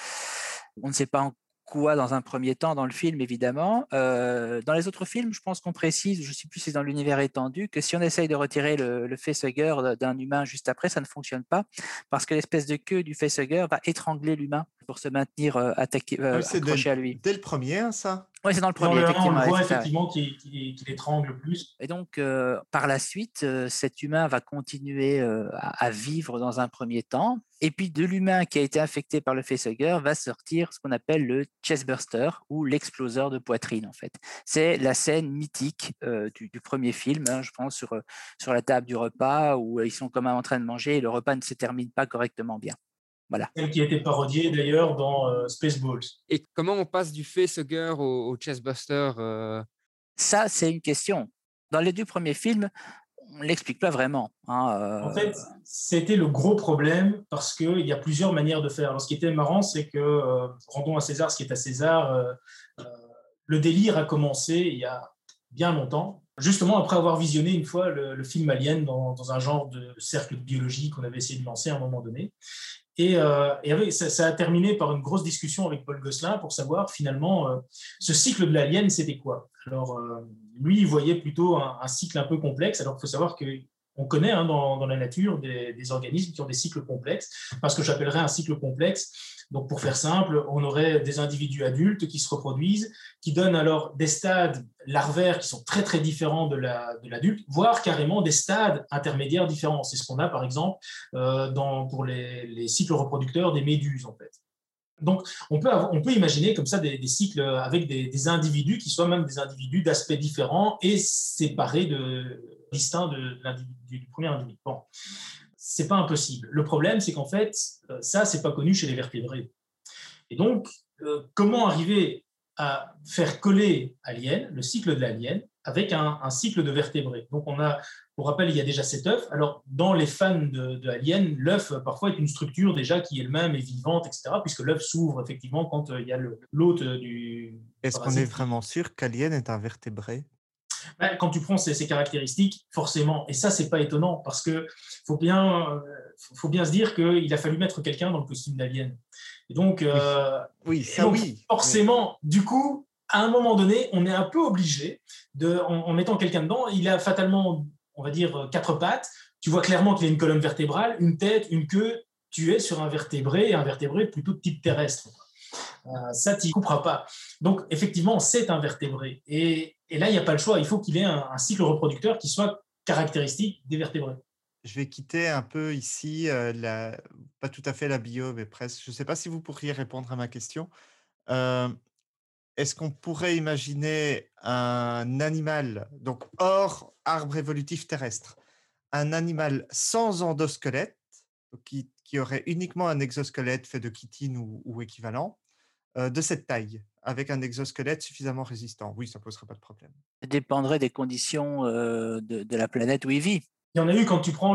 [SPEAKER 8] on ne sait pas en quoi dans un premier temps dans le film, évidemment. Dans les autres films, je pense qu'on précise, je ne sais plus si c'est dans l'univers étendu, que si on essaye de retirer le facehugger d'un humain juste après, ça ne fonctionne pas, parce que l'espèce de queue du facehugger va étrangler l'humain pour se maintenir
[SPEAKER 7] C'est
[SPEAKER 8] accroché à lui.
[SPEAKER 7] dès le premier, hein, ça.
[SPEAKER 8] Oui, c'est dans le
[SPEAKER 9] Dans
[SPEAKER 8] premier,
[SPEAKER 9] le 1, on
[SPEAKER 8] effectivement.
[SPEAKER 9] le
[SPEAKER 8] ouais,
[SPEAKER 9] voit
[SPEAKER 8] c'est ça, ouais.
[SPEAKER 9] effectivement qu'il étrangle plus.
[SPEAKER 8] Et donc, par la suite, cet humain va continuer à vivre dans un premier temps. Et puis, de l'humain qui a été infecté par le facehugger va sortir ce qu'on appelle le chestburster ou l'exploseur de poitrine, en fait. C'est la scène mythique du premier film, hein, je pense, sur la table du repas où ils sont quand même en train de manger et le repas ne se termine pas correctement bien. Voilà.
[SPEAKER 9] Celle qui a été parodiée d'ailleurs dans Spaceballs.
[SPEAKER 6] Et comment on passe du facehugger au chestbuster
[SPEAKER 8] Ça, c'est une question. Dans les 2 premiers films, on ne l'explique pas vraiment. Hein,
[SPEAKER 9] En fait, c'était le gros problème parce qu'il y a plusieurs manières de faire. Alors, ce qui était marrant, c'est que, rendons à César ce qui est à César, le délire a commencé il y a bien longtemps, justement après avoir visionné une fois le film Alien dans un genre de cercle de biologie qu'on avait essayé de lancer à un moment donné. Et ça a terminé par une grosse discussion avec Paul Gosselin pour savoir finalement ce cycle de l'alien, c'était quoi. Alors, lui, il voyait plutôt un cycle un peu complexe. Alors, il faut savoir qu'on connaît dans la nature des organismes qui ont des cycles complexes, parce que j'appellerais un cycle complexe. Donc, pour faire simple, on aurait des individus adultes qui se reproduisent, qui donnent alors des stades larvaires qui sont très, très différents de l'adulte, voire carrément des stades intermédiaires différents. C'est ce qu'on a, par exemple, pour les cycles reproducteurs des méduses, en fait. Donc, on peut imaginer comme ça des cycles avec des individus qui soient même des individus d'aspects différents et séparés, distincts du premier individu. Bon. C'est pas impossible. Le problème, c'est qu'en fait, ça, c'est pas connu chez les vertébrés. Et donc, comment arriver à faire coller Alien, le cycle de l'alien, avec un cycle de vertébrés? Donc, pour rappel, il y a déjà cet œuf. Alors, dans les fans de Alien, l'œuf, parfois, est une structure déjà qui elle-même est vivante, etc., puisque l'œuf s'ouvre, effectivement, quand il y a l'hôte du...
[SPEAKER 7] Est-ce qu'on est vraiment sûr qu'Alien est un vertébré?
[SPEAKER 9] Quand tu prends ces caractéristiques, forcément, et ça, c'est pas étonnant, parce que faut bien se dire qu'il a fallu mettre quelqu'un dans le costume d'Alien. Et donc, forcément, du coup, à un moment donné, on est un peu obligé, en mettant quelqu'un dedans, il a fatalement, on va dire, 4 pattes, tu vois clairement qu'il a une colonne vertébrale, une tête, une queue, tu es sur un vertébré plutôt de type terrestre. Ça, tu n'y couperas pas. Donc, effectivement, c'est un vertébré. Et là, il n'y a pas le choix. Il faut qu'il ait un cycle reproducteur qui soit caractéristique des vertébrés.
[SPEAKER 7] Je vais quitter un peu ici, pas tout à fait la bio, mais presque. Je ne sais pas si vous pourriez répondre à ma question. Est-ce qu'on pourrait imaginer un animal, donc hors arbre évolutif terrestre, un animal sans endosquelette, qui aurait uniquement un exosquelette fait de chitine ou équivalent, de cette taille, avec un exosquelette suffisamment résistant? Oui, ça ne poserait pas de problème.
[SPEAKER 8] Ça dépendrait des conditions de la planète où il vit.
[SPEAKER 9] Il y en a eu quand tu prends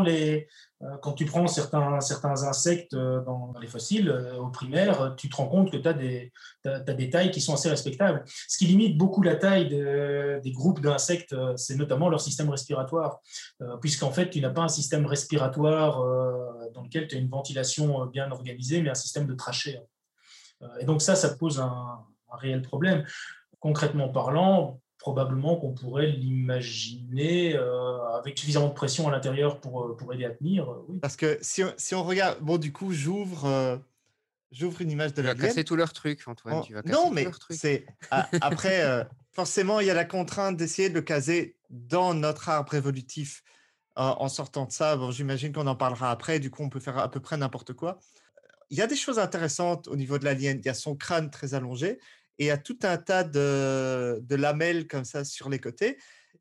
[SPEAKER 9] certains insectes dans les fossiles au primaire, tu te rends compte que tu as des tailles qui sont assez respectables. Ce qui limite beaucoup la taille des groupes d'insectes, c'est notamment leur système respiratoire, puisqu'en fait, tu n'as pas un système respiratoire dans lequel tu as une ventilation bien organisée, mais un système de trachée. Et donc ça pose un réel problème. Concrètement parlant, probablement qu'on pourrait l'imaginer avec suffisamment de pression à l'intérieur pour aider à tenir. Oui.
[SPEAKER 7] Parce que si on regarde, bon, du coup, j'ouvre une image de l'alien.
[SPEAKER 6] Tu vas casser tout leur truc, Antoine. Tu vas casser
[SPEAKER 7] non,
[SPEAKER 6] tout
[SPEAKER 7] mais
[SPEAKER 6] leur truc.
[SPEAKER 7] après, forcément, il y a la contrainte d'essayer de le caser dans notre arbre évolutif. En sortant de ça, bon, j'imagine qu'on en parlera après. Du coup, on peut faire à peu près n'importe quoi. Il y a des choses intéressantes au niveau de l'alien. Il y a son crâne très allongé et il y a tout un tas de lamelles comme ça sur les côtés.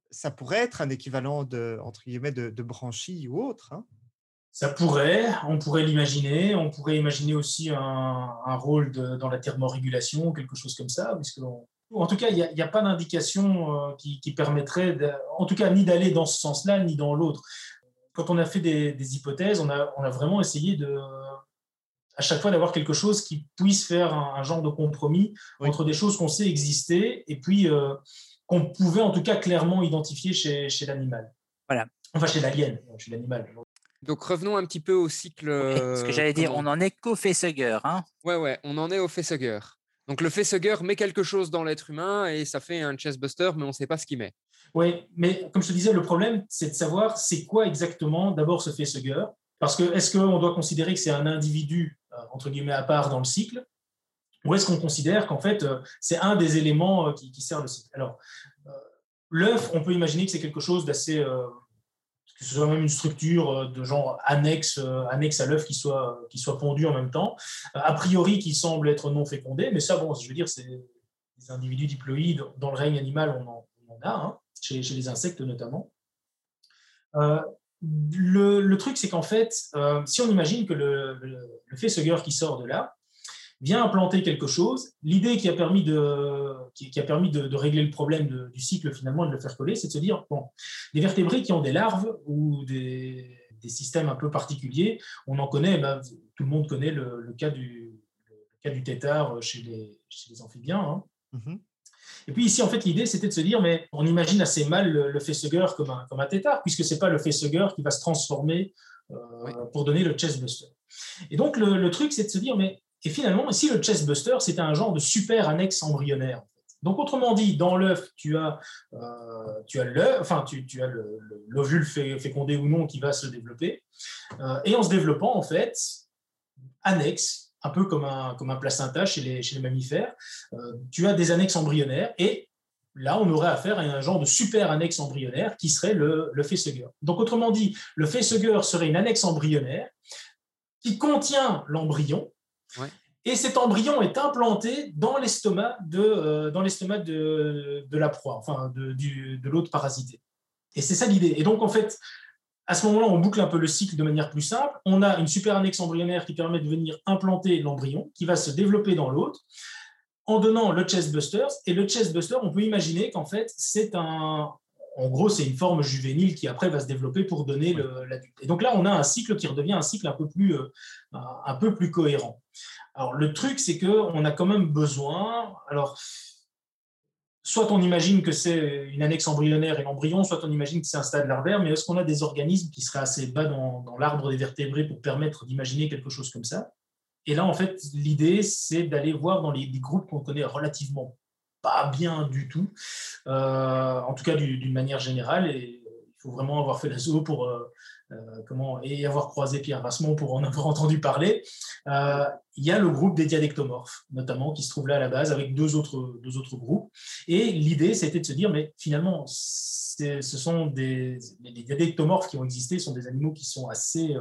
[SPEAKER 7] Ça pourrait être un équivalent entre guillemets, de branchies ou autre, hein.
[SPEAKER 9] Ça on pourrait l'imaginer. On pourrait imaginer aussi un rôle dans la thermorégulation, quelque chose comme ça, en tout cas, il n'y a pas d'indication qui permettrait, en tout cas, ni d'aller dans ce sens-là, ni dans l'autre. Quand on a fait des hypothèses, on a vraiment essayé à chaque fois d'avoir quelque chose qui puisse faire un genre de compromis entre des choses qu'on sait exister et puis qu'on pouvait en tout cas clairement identifier chez l'animal.
[SPEAKER 8] Voilà.
[SPEAKER 9] Enfin, chez l'alien, chez l'animal.
[SPEAKER 6] Donc revenons un petit peu au cycle.
[SPEAKER 8] Ce que j'allais dire, on n'en est qu'au facehugger. Hein.
[SPEAKER 6] Ouais, on en est au facehugger. Donc le facehugger met quelque chose dans l'être humain et ça fait un chestbuster, mais on ne sait pas ce qu'il met.
[SPEAKER 9] Oui, mais comme je te disais, le problème, c'est de savoir c'est quoi exactement d'abord ce facehugger. Parce que est-ce qu'on doit considérer que c'est un individu, entre guillemets, à part dans le cycle, ou est-ce qu'on considère qu'en fait, c'est un des éléments qui sert le cycle? Alors, l'œuf, on peut imaginer que c'est quelque chose d'assez... que ce soit même une structure de genre annexe à l'œuf qui soit pondu en même temps, a priori qui semble être non fécondé, mais ça, bon, je veux dire, c'est des individus diploïdes. Dans le règne animal, on en a, hein, chez les insectes notamment. Le truc, c'est qu'en fait, si on imagine que le facehugger qui sort de là vient implanter quelque chose, l'idée qui a permis de régler le problème du cycle finalement et de le faire coller, c'est de se dire, bon, les vertébrés qui ont des larves ou des systèmes un peu particuliers, on en connaît, tout le monde connaît le cas du tétard chez les amphibiens. Hein. Mm-hmm. Et puis ici, en fait, l'idée, c'était de se dire, mais on imagine assez mal le facehugger comme un tétard, puisque ce n'est pas le facehugger qui va se transformer pour donner le chestbuster. Et donc, le truc, c'est de se dire, et finalement, ici, le chestbuster, c'était un genre de super annexe embryonnaire. En fait. Donc, autrement dit, dans l'œuf, tu as l'ovule fécondé ou non qui va se développer. Et en se développant, en fait, annexe, un peu comme un placenta chez les mammifères, tu as des annexes embryonnaires et là, on aurait affaire à un genre de super annexe embryonnaire qui serait le facehugger. Donc, autrement dit, le facehugger serait une annexe embryonnaire qui contient l'embryon. Ouais. Et cet embryon est implanté dans l'estomac de la proie, enfin de l'hôte parasité. Et c'est ça l'idée. Et donc, en fait, à ce moment-là, on boucle un peu le cycle de manière plus simple. On a une super annexe embryonnaire qui permet de venir implanter l'embryon, qui va se développer dans l'hôte, en donnant le chestbuster. Et le chestbuster, on peut imaginer qu'en fait, en gros, c'est une forme juvénile qui après va se développer pour donner l'adulte. Et donc là, on a un cycle qui redevient un cycle un peu plus cohérent. Alors, le truc, c'est qu'on a quand même besoin... Alors, soit on imagine que c'est une annexe embryonnaire et l'embryon, soit on imagine que c'est un stade larvaire, mais est-ce qu'on a des organismes qui seraient assez bas dans l'arbre des vertébrés pour permettre d'imaginer quelque chose comme ça? Et là, en fait, l'idée, c'est d'aller voir dans les groupes qu'on connaît relativement pas bien du tout, en tout cas d'une manière générale, et il faut vraiment avoir fait la zoo pour... et avoir croisé Pierre Rassemont pour en avoir entendu parler. Il y a le groupe des diadectomorphes, notamment, qui se trouve là à la base, avec deux autres groupes. Et l'idée, c'était de se dire, mais finalement, les diadectomorphes qui ont existé sont des animaux qui sont assez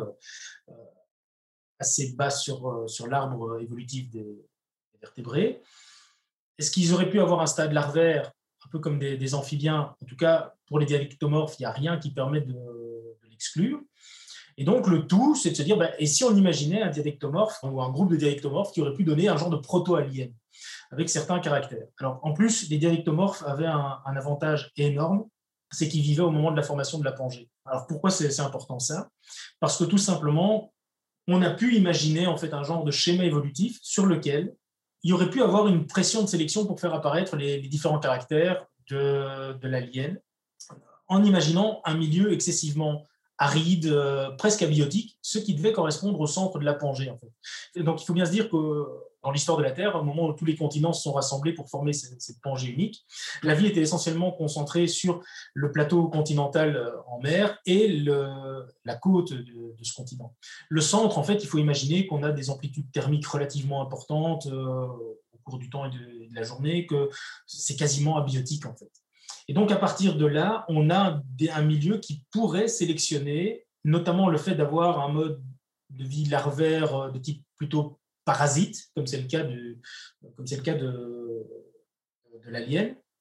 [SPEAKER 9] bas sur l'arbre évolutif des vertébrés. Est-ce qu'ils auraient pu avoir un stade larvaire, un peu comme des amphibiens? En tout cas, pour les diadectomorphes, il n'y a rien qui permet de l'exclure. Et donc, le tout, c'est de se dire, et si on imaginait un diadectomorphe ou un groupe de diadectomorphes qui aurait pu donner un genre de proto-alien avec certains caractères. Alors, en plus, les diadectomorphes avaient un avantage énorme, c'est qu'ils vivaient au moment de la formation de la Pangée. Alors, pourquoi c'est important ça? Parce que tout simplement, on a pu imaginer en fait un genre de schéma évolutif sur lequel il y aurait pu avoir une pression de sélection pour faire apparaître les différents caractères de l'alien, en imaginant un milieu excessivement aride, presque abiotique, ce qui devait correspondre au centre de la Pangée. En fait. Et donc il faut bien se dire que dans l'histoire de la Terre, au moment où tous les continents se sont rassemblés pour former cette Pangée unique, la vie était essentiellement concentrée sur le plateau continental en mer et la côte de ce continent. Le centre, en fait, il faut imaginer qu'on a des amplitudes thermiques relativement importantes au cours du temps et de la journée, que c'est quasiment abiotique, en fait. Et donc, à partir de là, on a un milieu qui pourrait sélectionner, notamment le fait d'avoir un mode de vie larvaire de type plutôt parasite, comme c'est le cas de l'alien,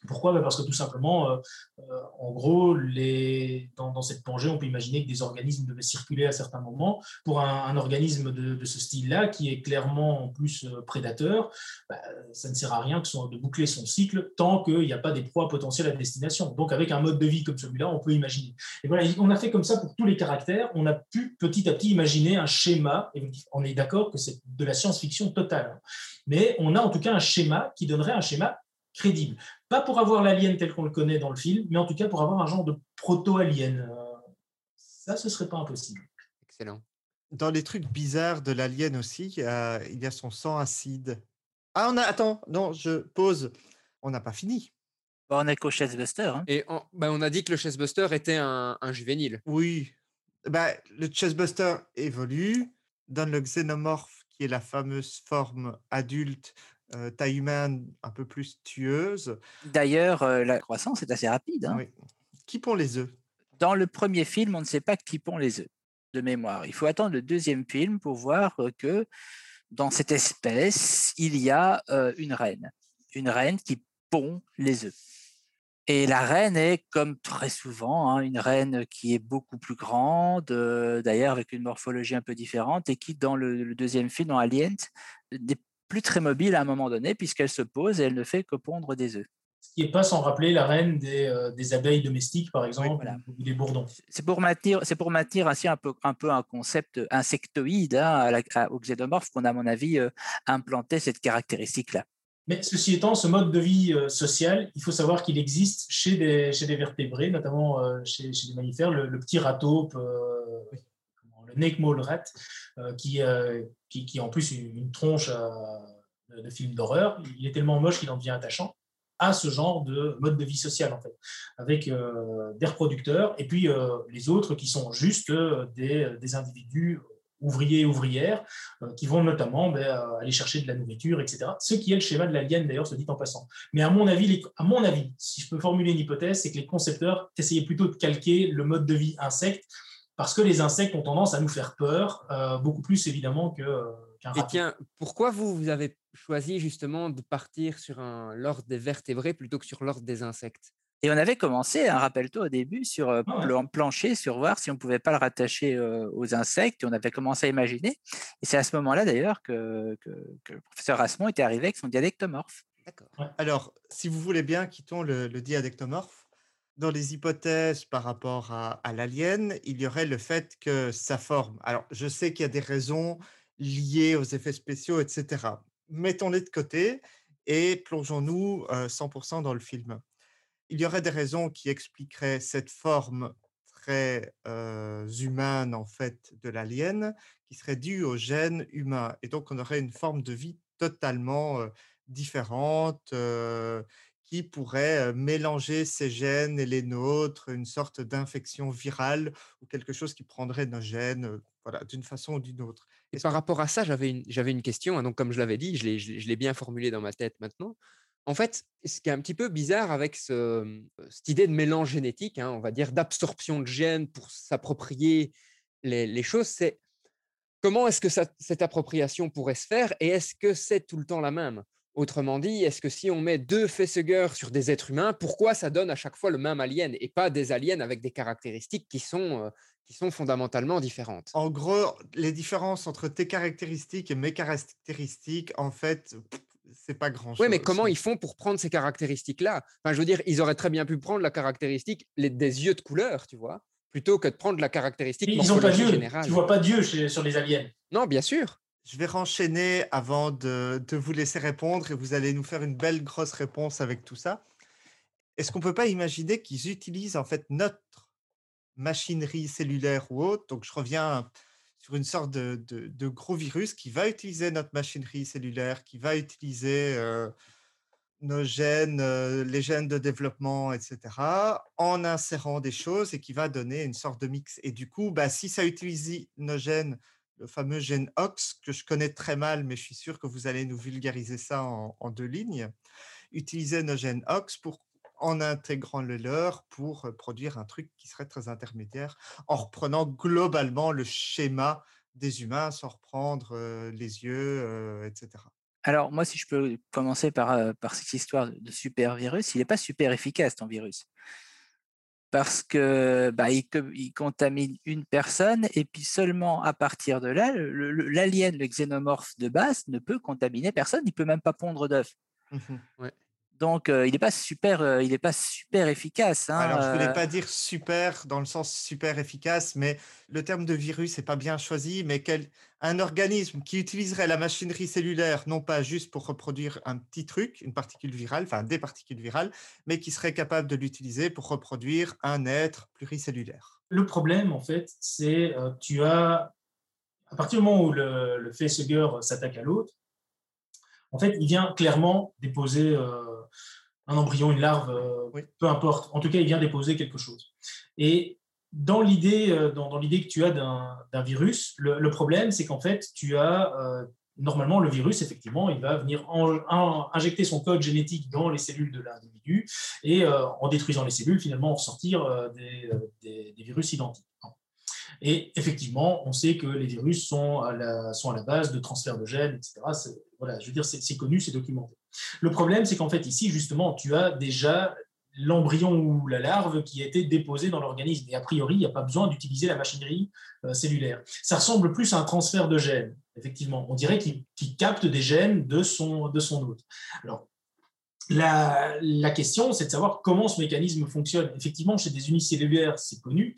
[SPEAKER 9] Pourquoi? Parce que tout simplement, en gros, dans cette plongée, on peut imaginer que des organismes devaient circuler à certains moments. Pour un organisme de ce style-là, qui est clairement en plus prédateur, ça ne sert à rien de boucler son cycle tant qu'il n'y a pas des proies potentielles à destination. Donc avec un mode de vie comme celui-là, on peut imaginer. Et voilà, on a fait comme ça pour tous les caractères. On a pu petit à petit imaginer un schéma. Et on est d'accord que c'est de la science-fiction totale. Mais on a en tout cas un schéma qui donnerait un schéma crédible. Pas pour avoir l'alien tel qu'on le connaît dans le film, mais en tout cas pour avoir un genre de proto-alien. Ça, ce serait pas impossible.
[SPEAKER 6] Excellent.
[SPEAKER 7] Dans les trucs bizarres de l'alien aussi, il y a son sang acide. Ah, attends, non, je pause. On n'a pas fini.
[SPEAKER 8] On est qu'au Chestbuster. Hein.
[SPEAKER 6] Et on a dit que le Chestbuster était un juvénile.
[SPEAKER 7] Oui. Le Chestbuster évolue, donne le xénomorphe, qui est la fameuse forme adulte, taille humaine un peu plus tueuse.
[SPEAKER 8] D'ailleurs, la croissance est assez rapide. Hein.
[SPEAKER 7] Oui. Qui pond les œufs?
[SPEAKER 8] Dans le premier film, on ne sait pas qui pond les œufs, de mémoire. Il faut attendre le deuxième film pour voir que dans cette espèce, il y a une reine qui pond les œufs. Et la reine est, comme très souvent, une reine qui est beaucoup plus grande, d'ailleurs avec une morphologie un peu différente, et qui, dans le deuxième film, dans Aliens, n'est plus très mobile à un moment donné, puisqu'elle se pose et elle ne fait que pondre des œufs.
[SPEAKER 9] Ce qui n'est pas sans rappeler la reine des abeilles domestiques, par exemple,
[SPEAKER 8] voilà.
[SPEAKER 9] ou des bourdons.
[SPEAKER 8] C'est pour maintenir ainsi un peu un concept insectoïde au xénomorphe qu'on a, à mon avis, implanté cette caractéristique-là.
[SPEAKER 9] Mais ceci étant, ce mode de vie social, il faut savoir qu'il existe chez des vertébrés, notamment chez des mammifères, le petit rataupe, le neck mole rat, qui a en plus une tronche de film d'horreur. Il est tellement moche qu'il en devient attachant à ce genre de mode de vie social, en fait, avec des reproducteurs, et puis les autres qui sont juste des individus ouvriers et ouvrières, qui vont notamment aller chercher de la nourriture, etc. Ce qui est le schéma de l'alien, d'ailleurs, se dit en passant. Mais à mon avis, si je peux formuler une hypothèse, c'est que les concepteurs essayaient plutôt de calquer le mode de vie insecte, parce que les insectes ont tendance à nous faire peur, beaucoup plus évidemment qu'un rat.
[SPEAKER 6] Et tiens, pourquoi vous avez choisi justement de partir sur l'ordre des vertébrés plutôt que sur l'ordre des insectes?
[SPEAKER 8] Et on avait commencé, rappelle-toi au début, sur plancher, sur voir si on ne pouvait pas le rattacher aux insectes. Et on avait commencé à imaginer. Et c'est à ce moment-là, d'ailleurs, que le professeur Asmon était arrivé avec son dialectomorphe.
[SPEAKER 6] D'accord.
[SPEAKER 9] Ouais.
[SPEAKER 7] Alors, si vous voulez bien, quittons le dialectomorphe. Dans les hypothèses par rapport à l'alien, il y aurait le fait que sa forme... Alors, je sais qu'il y a des raisons liées aux effets spéciaux, etc. Mettons-les de côté et plongeons-nous 100% dans le film. Il y aurait des raisons qui expliqueraient cette forme très humaine, en fait, de l'alien, qui serait due aux gènes humains. Et donc, on aurait une forme de vie totalement différente, qui pourrait mélanger ces gènes et les nôtres, une sorte d'infection virale ou quelque chose qui prendrait nos gènes, voilà, d'une façon ou d'une autre.
[SPEAKER 6] Et
[SPEAKER 7] Est-ce
[SPEAKER 6] par
[SPEAKER 7] que-
[SPEAKER 6] rapport à ça, j'avais une question. Hein, donc, comme je l'avais dit, je l'ai bien formulé dans ma tête maintenant. En fait, ce qui est un petit peu bizarre avec cette idée de mélange génétique, hein, on va dire d'absorption de gènes pour s'approprier les choses, c'est comment est-ce que cette appropriation pourrait se faire et est-ce que c'est tout le temps la même? Autrement dit, est-ce que si on met deux facehuggers sur des êtres humains, pourquoi ça donne à chaque fois le même alien et pas des aliens avec des caractéristiques qui sont fondamentalement différentes?
[SPEAKER 7] En gros, les différences entre tes caractéristiques et mes caractéristiques, en fait, c'est pas
[SPEAKER 6] Oui, mais
[SPEAKER 7] grand-chose.
[SPEAKER 6] comment ils font pour prendre ces caractéristiques-là? Enfin, je veux dire, ils auraient très bien pu prendre la caractéristique des yeux de couleur, tu vois, plutôt que de prendre la caractéristique
[SPEAKER 9] Ils n'ont pas
[SPEAKER 6] morphologique
[SPEAKER 9] Dieu.
[SPEAKER 6] générale.
[SPEAKER 9] Tu vois pas Dieu sur les aliens.
[SPEAKER 6] Non, bien sûr.
[SPEAKER 7] Je vais renchaîner avant de vous laisser répondre et vous allez nous faire une belle grosse réponse avec tout ça. Est-ce qu'on peut pas imaginer qu'ils utilisent en fait notre machinerie cellulaire ou autre? Donc je reviens sur une sorte de gros virus qui va utiliser notre machinerie cellulaire, qui va utiliser nos gènes, les gènes de développement, etc., en insérant des choses et qui va donner une sorte de mix. Et du coup, si ça utilise nos gènes, le fameux gène OX, que je connais très mal, mais je suis sûr que vous allez nous vulgariser ça en 2 lignes, utiliser nos gènes OX en intégrant le leur pour produire un truc qui serait très intermédiaire, en reprenant globalement le schéma des humains, sans reprendre les yeux, etc.
[SPEAKER 8] Alors, moi, si je peux commencer par cette histoire de super virus, il n'est pas super efficace, ton virus. Parce que il contamine une personne et puis seulement à partir de là, l'alien, le xénomorphe de base, ne peut contaminer personne, il ne peut même pas pondre d'œufs.
[SPEAKER 6] Ouais.
[SPEAKER 8] Donc, il n'est pas super efficace.
[SPEAKER 7] Alors, je voulais pas dire super dans le sens super efficace, mais le terme de virus n'est pas bien choisi, mais un organisme qui utiliserait la machinerie cellulaire, non pas juste pour reproduire un petit truc, une particule virale, enfin des particules virales, mais qui serait capable de l'utiliser pour reproduire un être pluricellulaire.
[SPEAKER 9] Le problème, en fait, c'est à partir du moment où le facehugger s'attaque à l'autre, en fait, il vient clairement déposer un embryon, une larve,
[SPEAKER 7] Oui.
[SPEAKER 9] peu importe. En tout cas, il vient déposer quelque chose. Et dans l'idée que tu as d'un virus, le problème, c'est qu'en fait, tu as normalement le virus, effectivement, il va venir injecter son code génétique dans les cellules de l'individu et en détruisant les cellules, finalement, en sortir des virus identiques. Et effectivement, on sait que les virus sont à la base de transferts de gènes, etc. Voilà, je veux dire, c'est connu, c'est documenté. Le problème, c'est qu'en fait, ici, justement, tu as déjà l'embryon ou la larve qui a été déposée dans l'organisme. Et a priori, il n'y a pas besoin d'utiliser la machinerie cellulaire. Ça ressemble plus à un transfert de gènes, effectivement. On dirait qu'il capte des gènes de son hôte. Alors, la question, c'est de savoir comment ce mécanisme fonctionne. Effectivement, chez des unicellulaires, c'est connu.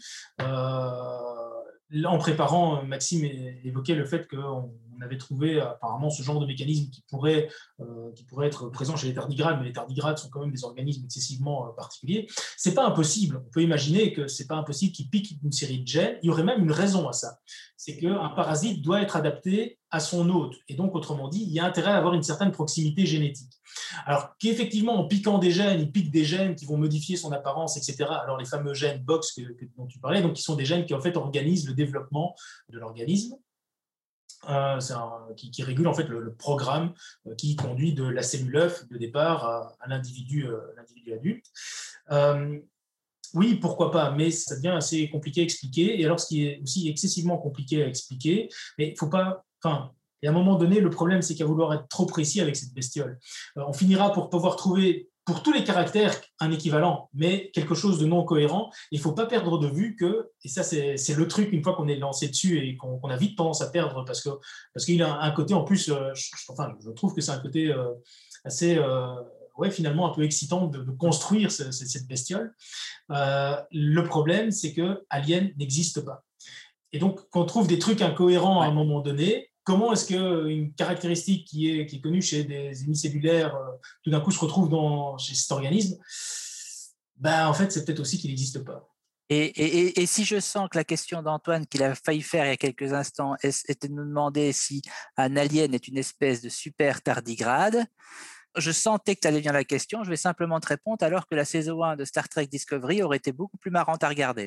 [SPEAKER 9] En préparant, Maxime évoquait le fait qu'on avait trouvé apparemment ce genre de mécanisme qui pourrait être présent chez les tardigrades, mais les tardigrades sont quand même des organismes excessivement particuliers. C'est pas impossible. On peut imaginer que c'est pas impossible qu'ils piquent une série de gènes. Il y aurait même une raison à ça. C'est qu'un parasite doit être adapté à son hôte. Et donc, autrement dit, il y a intérêt à avoir une certaine proximité génétique. Alors qu'effectivement, en piquant des gènes, il pique des gènes qui vont modifier son apparence, etc. Alors les fameux gènes BOX dont tu parlais, donc qui sont des gènes qui en fait organisent le développement de l'organisme, qui régule en fait le programme qui conduit de la cellule œuf de départ à l'individu adulte. Oui, pourquoi pas, mais ça devient assez compliqué à expliquer. Et alors, ce qui est aussi excessivement compliqué à expliquer, mais il faut pas. Et à un moment donné, le problème, c'est qu'à vouloir être trop précis avec cette bestiole, on finira pour pouvoir trouver pour tous les caractères un équivalent, mais quelque chose de non cohérent. Il ne faut pas perdre de vue que, et ça c'est le truc une fois qu'on est lancé dessus et qu'on a vite tendance à perdre parce qu'il a un côté en plus, je trouve que c'est un côté assez... finalement un peu excitant de construire cette bestiole. Le problème, c'est que Alien n'existe pas. Et donc, qu'on trouve des trucs incohérents à un moment donné, comment est-ce qu'une caractéristique qui est connue chez des unicellulaires, tout d'un coup, se retrouve chez cet organisme? En fait, c'est peut-être aussi qu'il n'existe pas.
[SPEAKER 8] Et si je sens que la question d'Antoine qu'il a failli faire il y a quelques instants était de nous demander si un alien est une espèce de super tardigrade, je sentais que tu allais venir la question, je vais simplement te répondre alors que la saison 1 de Star Trek Discovery aurait été beaucoup plus marrante à regarder.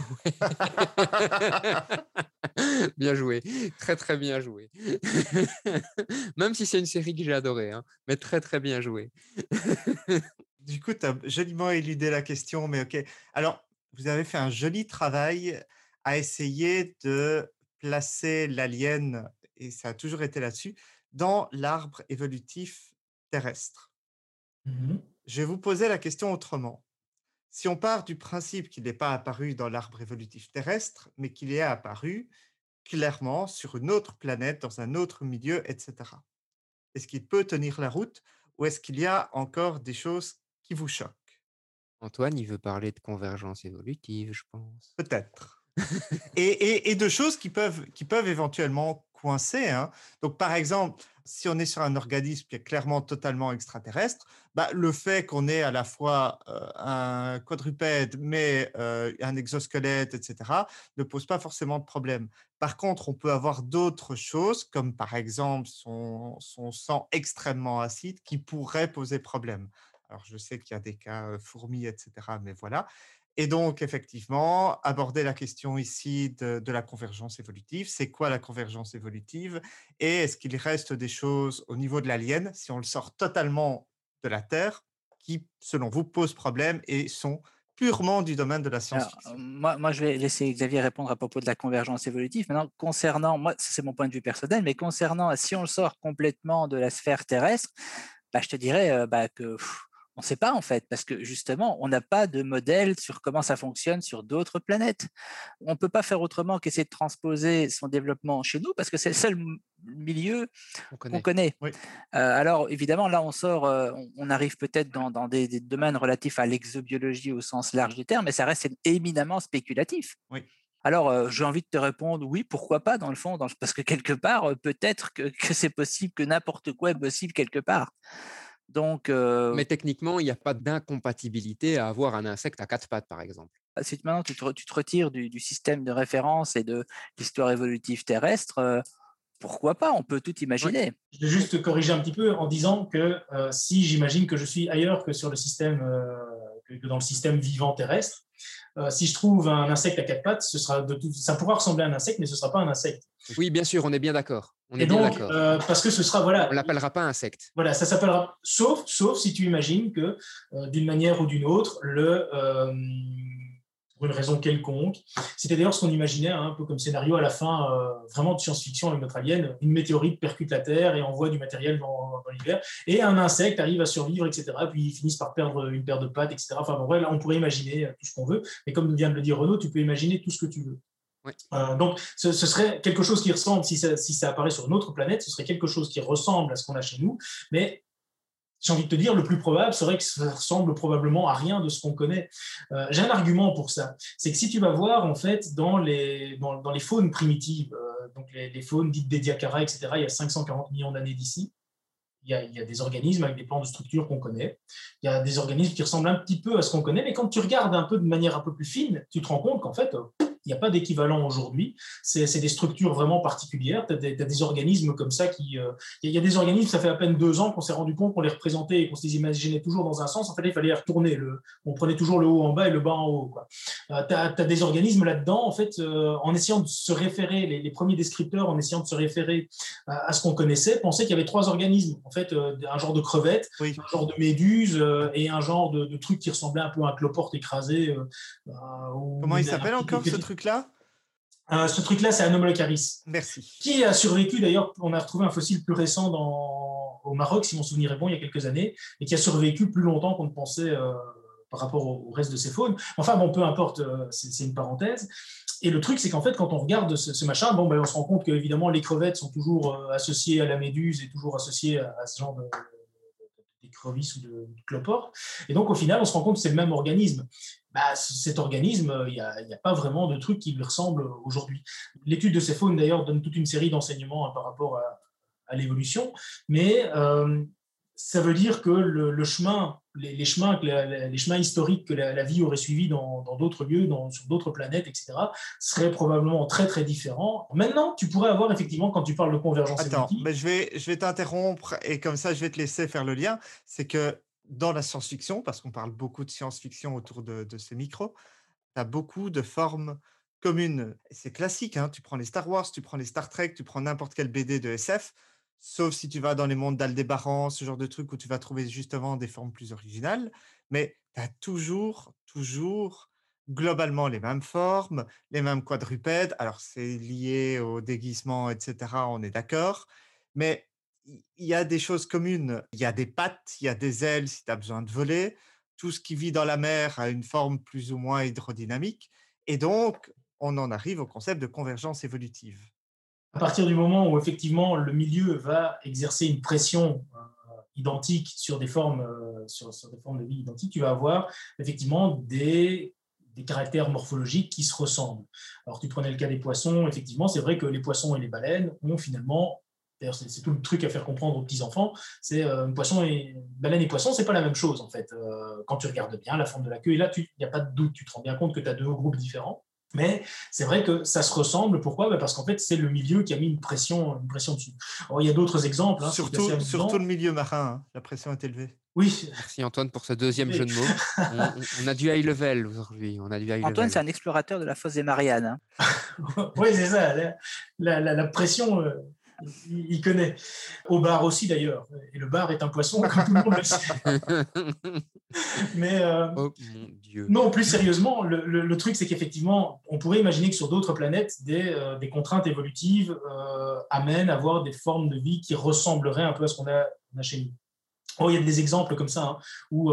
[SPEAKER 6] Bien joué, très très bien joué. Même si c'est une série que j'ai adorée, hein, mais très très bien joué.
[SPEAKER 7] Du coup, tu as joliment éludé la question, mais ok. Alors, vous avez fait un joli travail à essayer de placer l'alien, et ça a toujours été là-dessus, dans l'arbre évolutif terrestre. Je vais vous poser la question autrement. Si on part du principe qu'il n'est pas apparu dans l'arbre évolutif terrestre, mais qu'il est apparu clairement sur une autre planète, dans un autre milieu, etc. Est-ce qu'il peut tenir la route ou est-ce qu'il y a encore des choses qui vous choquent?
[SPEAKER 6] Antoine, il veut parler de convergence évolutive, je pense.
[SPEAKER 7] Peut-être. et de choses qui peuvent éventuellement coincer. Hein. Donc, par exemple, si on est sur un organisme qui est clairement totalement extraterrestre, le fait qu'on ait à la fois un quadrupède, mais un exosquelette, etc., ne pose pas forcément de problème. Par contre, on peut avoir d'autres choses, comme par exemple son sang extrêmement acide, qui pourrait poser problème. Alors, je sais qu'il y a des cas fourmis, etc., mais voilà. Et donc, effectivement, aborder la question ici de la convergence évolutive. C'est quoi la convergence évolutive? Et est-ce qu'il reste des choses au niveau de l'alien, si on le sort totalement de la Terre, qui, selon vous, posent problème et sont purement du domaine de la
[SPEAKER 8] Alors,
[SPEAKER 7] science-fiction.
[SPEAKER 8] moi, je vais laisser Xavier répondre à propos de la convergence évolutive. Maintenant, concernant, moi, ça, c'est mon point de vue personnel, mais concernant si on le sort complètement de la sphère terrestre, je te dirais que on ne sait pas en fait, parce que justement, on n'a pas de modèle sur comment ça fonctionne sur d'autres planètes. On ne peut pas faire autrement qu'essayer de transposer son développement chez nous, parce que c'est le seul milieu qu'on connaît.
[SPEAKER 7] Oui.
[SPEAKER 8] Alors évidemment, là, on sort, on arrive peut-être dans des domaines relatifs à l'exobiologie au sens large du terme, mais ça reste éminemment spéculatif.
[SPEAKER 7] Oui.
[SPEAKER 8] Alors, j'ai envie de te répondre oui, pourquoi pas, dans le fond, parce que quelque part, peut-être que c'est possible, que n'importe quoi est possible quelque part. Donc,
[SPEAKER 6] Mais techniquement, il n'y a pas d'incompatibilité à avoir un insecte à 4 pattes, par exemple.
[SPEAKER 8] si maintenant tu te retires du système de référence et de l'histoire évolutive terrestre, pourquoi pas, on peut tout imaginer.
[SPEAKER 9] Je vais juste te corriger un petit peu en disant que si j'imagine que je suis ailleurs que sur le système, que dans le système vivant terrestre, si je trouve un insecte à 4 pattes, ça pourra ressembler à un insecte, mais ce ne sera pas un insecte.
[SPEAKER 6] Oui, bien sûr, on est bien d'accord.
[SPEAKER 9] Et donc, parce que ce sera, voilà.
[SPEAKER 6] On ne l'appellera pas insecte.
[SPEAKER 9] Voilà, ça s'appellera, sauf si tu imagines que, d'une manière ou d'une autre, pour une raison quelconque, c'était d'ailleurs ce qu'on imaginait un peu comme scénario à la fin, vraiment de science-fiction avec notre alien, une météorite percute la Terre et envoie du matériel dans l'univers, et un insecte arrive à survivre, etc. Puis ils finissent par perdre une paire de pattes, etc. Enfin, bon, là, on pourrait imaginer tout ce qu'on veut, mais comme vient de le dire Renaud, tu peux imaginer tout ce que tu veux.
[SPEAKER 6] Ouais.
[SPEAKER 9] Donc, ce serait quelque chose qui ressemble, si ça apparaît sur une autre planète, ce serait quelque chose qui ressemble à ce qu'on a chez nous, mais j'ai envie de te dire, le plus probable serait que ça ressemble probablement à rien de ce qu'on connaît. J'ai un argument pour ça. C'est que si tu vas voir, en fait, dans les faunes primitives, donc les faunes dites d'Ediacara, etc., il y a 540 millions d'années d'ici, il y a des organismes avec des plans de structure qu'on connaît. Il y a des organismes qui ressemblent un petit peu à ce qu'on connaît, mais quand tu regardes un peu de manière un peu plus fine, tu te rends compte qu'en fait, il n'y a pas d'équivalent aujourd'hui. C'est des structures vraiment particulières. Tu as des organismes comme ça qui... Il y a des organismes, ça fait à peine 2 ans qu'on s'est rendu compte qu'on les représentait et qu'on se les imaginait toujours dans un sens. En fait, il fallait les retourner. On prenait toujours le haut en bas et le bas en haut. Tu as des organismes là-dedans, en fait, en essayant de se référer, les premiers descripteurs, en essayant de se référer à ce qu'on connaissait, pensaient qu'il y avait 3 organismes. En fait, un genre de crevette,
[SPEAKER 7] Oui.
[SPEAKER 9] un genre de méduse et un genre de truc qui ressemblait un peu à un cloporte écrasé.
[SPEAKER 7] Comment il s'appelle encore, ce truc-là ?
[SPEAKER 9] Ce truc-là, c'est Anomalocaris.
[SPEAKER 7] Merci.
[SPEAKER 9] Qui a survécu, d'ailleurs, on a retrouvé un fossile plus récent au Maroc, si mon souvenir est bon, il y a quelques années, et qui a survécu plus longtemps qu'on ne pensait par rapport au reste de ces faunes. Enfin, bon, peu importe, c'est une parenthèse. Et le truc, c'est qu'en fait, quand on regarde ce machin, on se rend compte qu'évidemment, les crevettes sont toujours associées à la méduse et toujours associées à ce genre d'écrevisse ou de cloporte. Et donc, au final, on se rend compte que c'est le même organisme. Cet organisme, il n'y a pas vraiment de truc qui lui ressemble aujourd'hui. L'étude de ces faunes, d'ailleurs, donne toute une série d'enseignements par rapport à l'évolution, mais ça veut dire que le chemin, les chemins historiques que la vie aurait suivis dans d'autres lieux, sur d'autres planètes, etc., seraient probablement très, très différents. Maintenant, tu pourrais avoir, effectivement, quand tu parles de convergence évolutive...
[SPEAKER 7] mais je vais t'interrompre et comme ça, je vais te laisser faire le lien. C'est que dans la science-fiction, parce qu'on parle beaucoup de science-fiction autour de ces micros, tu as beaucoup de formes communes. C'est classique, hein, tu prends les Star Wars, tu prends les Star Trek, tu prends n'importe quel BD de SF, sauf si tu vas dans les mondes d'Aldébaran, ce genre de trucs où tu vas trouver justement des formes plus originales, mais tu as toujours globalement les mêmes formes, les mêmes quadrupèdes. Alors, c'est lié au déguisement, etc., on est d'accord, mais il y a des choses communes. Il y a des pattes, il y a des ailes si tu as besoin de voler. Tout ce qui vit dans la mer a une forme plus ou moins hydrodynamique. Et donc, on en arrive au concept de convergence évolutive.
[SPEAKER 9] À partir du moment où, effectivement, le milieu va exercer une pression identique sur des formes de vie identiques, tu vas avoir effectivement des caractères morphologiques qui se ressemblent. Alors, tu prenais le cas des poissons. Effectivement, c'est vrai que les poissons et les baleines ont finalement... D'ailleurs, c'est tout le truc à faire comprendre aux petits-enfants. C'est baleine et poisson, c'est pas la même chose, en fait. Quand tu regardes bien la forme de la queue, et là, il n'y a pas de doute, tu te rends bien compte que tu as 2 groupes différents. Mais c'est vrai que ça se ressemble. Pourquoi ? Parce qu'en fait, c'est le milieu qui a mis une pression dessus. Alors, il y a d'autres exemples. Hein,
[SPEAKER 7] surtout le milieu marin, hein. La pression est élevée.
[SPEAKER 9] Oui.
[SPEAKER 6] Merci Antoine pour ce 2e jeu de mots. On a du high level aujourd'hui.
[SPEAKER 8] Antoine, c'est un explorateur de la fosse des Mariannes. Hein.
[SPEAKER 9] Oui, c'est ça. La pression... Il connaît. Au bar aussi, d'ailleurs. Et le bar est un poisson, comme tout le monde le sait. Mais
[SPEAKER 6] Oh mon Dieu.
[SPEAKER 9] non, plus sérieusement, le truc, c'est qu'effectivement, on pourrait imaginer que sur d'autres planètes, des contraintes évolutives amènent à avoir des formes de vie qui ressembleraient un peu à ce qu'on a chez nous. Oh, il y a des exemples comme ça, hein, où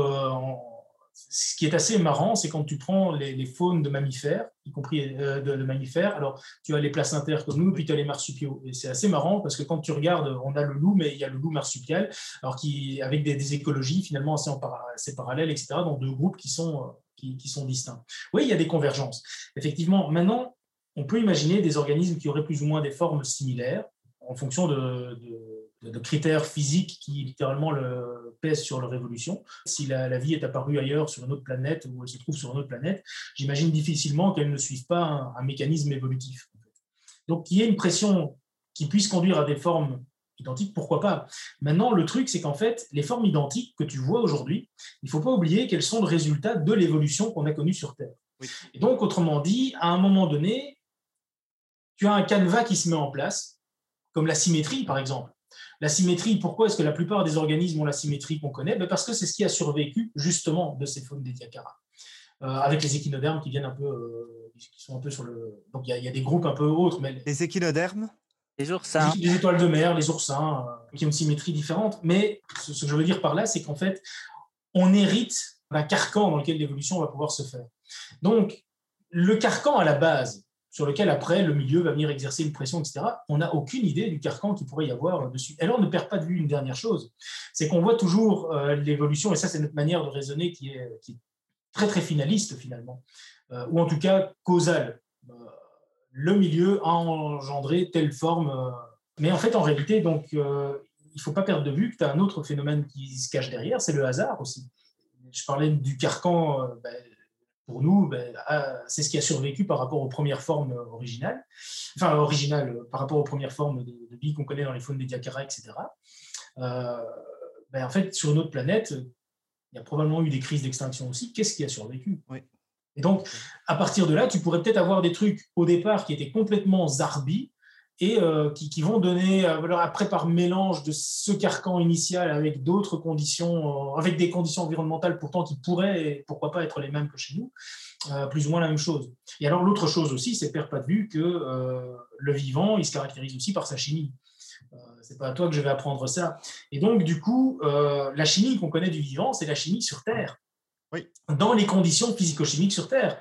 [SPEAKER 9] ce qui est assez marrant, c'est quand tu prends les faunes de mammifères, y compris de mammifères, alors tu as les placentaires comme nous, puis tu as les marsupiaux. Et c'est assez marrant parce que quand tu regardes, on a le loup, mais il y a le loup marsupial, alors avec des écologies finalement assez parallèles, etc., dans deux groupes qui sont distincts. Oui, il y a des convergences. Effectivement, maintenant, on peut imaginer des organismes qui auraient plus ou moins des formes similaires en fonction de critères physiques qui littéralement pèsent sur leur évolution. Si la vie est apparue ailleurs sur une autre planète ou elle se trouve sur une autre planète, j'imagine difficilement qu'elle ne suive pas un mécanisme évolutif. Donc qu'il y ait une pression qui puisse conduire à des formes identiques, pourquoi pas. Maintenant, le truc, c'est qu'en fait, les formes identiques que tu vois aujourd'hui, il ne faut pas oublier qu'elles sont le résultat de l'évolution qu'on a connue sur Terre. Oui. Et donc, autrement dit, à un moment donné, tu as un canevas qui se met en place, comme la symétrie, par exemple. La symétrie, pourquoi est-ce que la plupart des organismes ont la symétrie qu'on connaît ? Parce que c'est ce qui a survécu justement de ces faunes d'Ediacara. Avec les échinodermes qui viennent un peu, qui sont un peu sur le. Donc il y a des groupes un peu autres, mais
[SPEAKER 7] les échinodermes,
[SPEAKER 8] les oursins,
[SPEAKER 9] les étoiles de mer, les oursins, qui ont une symétrie différente. Mais ce que je veux dire par là, c'est qu'en fait, on hérite d'un carcan dans lequel l'évolution va pouvoir se faire. Donc le carcan à la base, sur lequel après le milieu va venir exercer une pression, etc. On n'a aucune idée du carcan qu'il pourrait y avoir dessus. Et alors, on ne perd pas de vue une dernière chose, c'est qu'on voit toujours l'évolution, et ça c'est notre manière de raisonner qui est très très finaliste finalement, ou en tout cas causale. Le milieu a engendré telle forme, mais en fait en réalité, donc, il ne faut pas perdre de vue que tu as un autre phénomène qui se cache derrière, c'est le hasard aussi. Je parlais du carcan, pour nous, c'est ce qui a survécu par rapport aux premières formes originales, par rapport aux premières formes de vie qu'on connaît dans les faunes d'Ediacara, etc. En fait, sur une autre planète, il y a probablement eu des crises d'extinction aussi. Qu'est-ce qui a survécu ? Oui. Et donc, à partir de là, tu pourrais peut-être avoir des trucs au départ qui étaient complètement zarbis et qui vont donner, après par mélange de ce carcan initial avec d'autres conditions, avec des conditions environnementales pourtant qui pourraient, et pourquoi pas, être les mêmes que chez nous, plus ou moins la même chose. Et alors l'autre chose aussi, c'est ne perdre pas de vue que le vivant, il se caractérise aussi par sa chimie. C'est pas à toi que je vais apprendre ça. Et donc du coup, la chimie qu'on connaît du vivant, c'est la chimie sur Terre. Oui. Dans les conditions physico-chimiques sur Terre.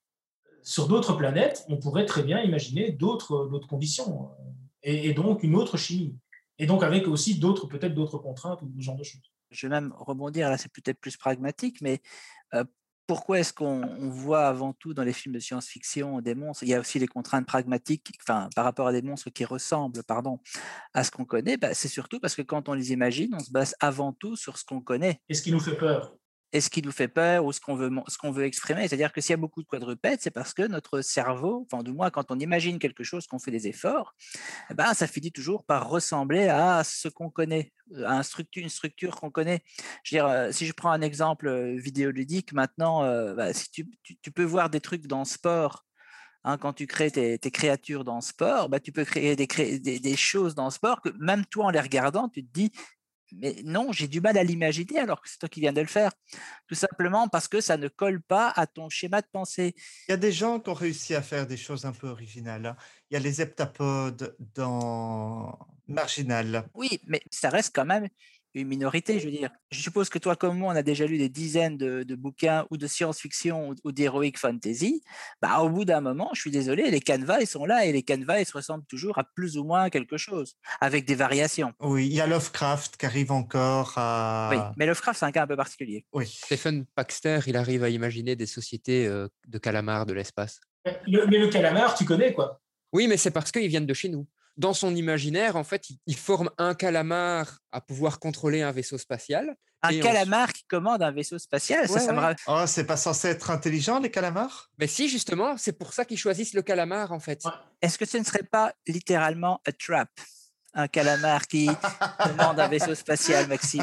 [SPEAKER 9] Sur d'autres planètes, on pourrait très bien imaginer d'autres conditions et donc une autre chimie. Et donc avec aussi peut-être d'autres contraintes ou ce genre de choses.
[SPEAKER 8] Je vais même rebondir, là c'est peut-être plus pragmatique, mais pourquoi est-ce qu'on voit avant tout dans les films de science-fiction des monstres ? Il y a aussi les contraintes pragmatiques, par rapport à des monstres qui ressemblent, à ce qu'on connaît. C'est surtout parce que quand on les imagine, on se base avant tout sur ce qu'on connaît.
[SPEAKER 9] Et ce qui nous fait peur.
[SPEAKER 8] Et ce qui nous fait peur ou ce qu'on veut exprimer. C'est-à-dire que s'il y a beaucoup de quadrupèdes, c'est parce que notre cerveau, du moins quand on imagine quelque chose, qu'on fait des efforts, ça finit toujours par ressembler à ce qu'on connaît, à une structure qu'on connaît. Je veux dire, si je prends un exemple vidéoludique, maintenant, si tu peux voir des trucs dans le sport. Quand tu crées tes créatures dans le sport, tu peux créer des choses dans le sport que même toi, en les regardant, tu te dis mais non, j'ai du mal à l'imaginer alors que c'est toi qui viens de le faire. Tout simplement parce que ça ne colle pas à ton schéma de pensée.
[SPEAKER 7] Il y a des gens qui ont réussi à faire des choses un peu originales. Il y a les heptapodes dans Marginal.
[SPEAKER 8] Oui, mais ça reste quand même une minorité, je veux dire. Je suppose que toi comme moi, on a déjà lu des dizaines de bouquins ou de science-fiction ou d'heroic fantasy. Au bout d'un moment, je suis désolé, les canevas, ils sont là et les canevas, ils se ressemblent toujours à plus ou moins quelque chose, avec des variations.
[SPEAKER 7] Oui, il y a Lovecraft qui arrive encore à...
[SPEAKER 8] Oui, mais Lovecraft, c'est un cas un peu particulier.
[SPEAKER 7] Oui.
[SPEAKER 6] Stephen Baxter, il arrive à imaginer des sociétés de calamars de l'espace.
[SPEAKER 9] Mais le calamar, tu connais, quoi.
[SPEAKER 6] Oui, mais c'est parce qu'ils viennent de chez nous. Dans son imaginaire, en fait, il forme un calamar à pouvoir contrôler un vaisseau spatial.
[SPEAKER 8] Un calamar qui commande un vaisseau spatial, ça me...
[SPEAKER 7] Oh, c'est pas censé être intelligent, les calamars ?
[SPEAKER 6] Mais si, justement, c'est pour ça qu'ils choisissent le calamar, en fait.
[SPEAKER 9] Ouais.
[SPEAKER 8] Est-ce que ce ne serait pas littéralement a trap ? Un calamar qui commande un vaisseau spatial, Maxime.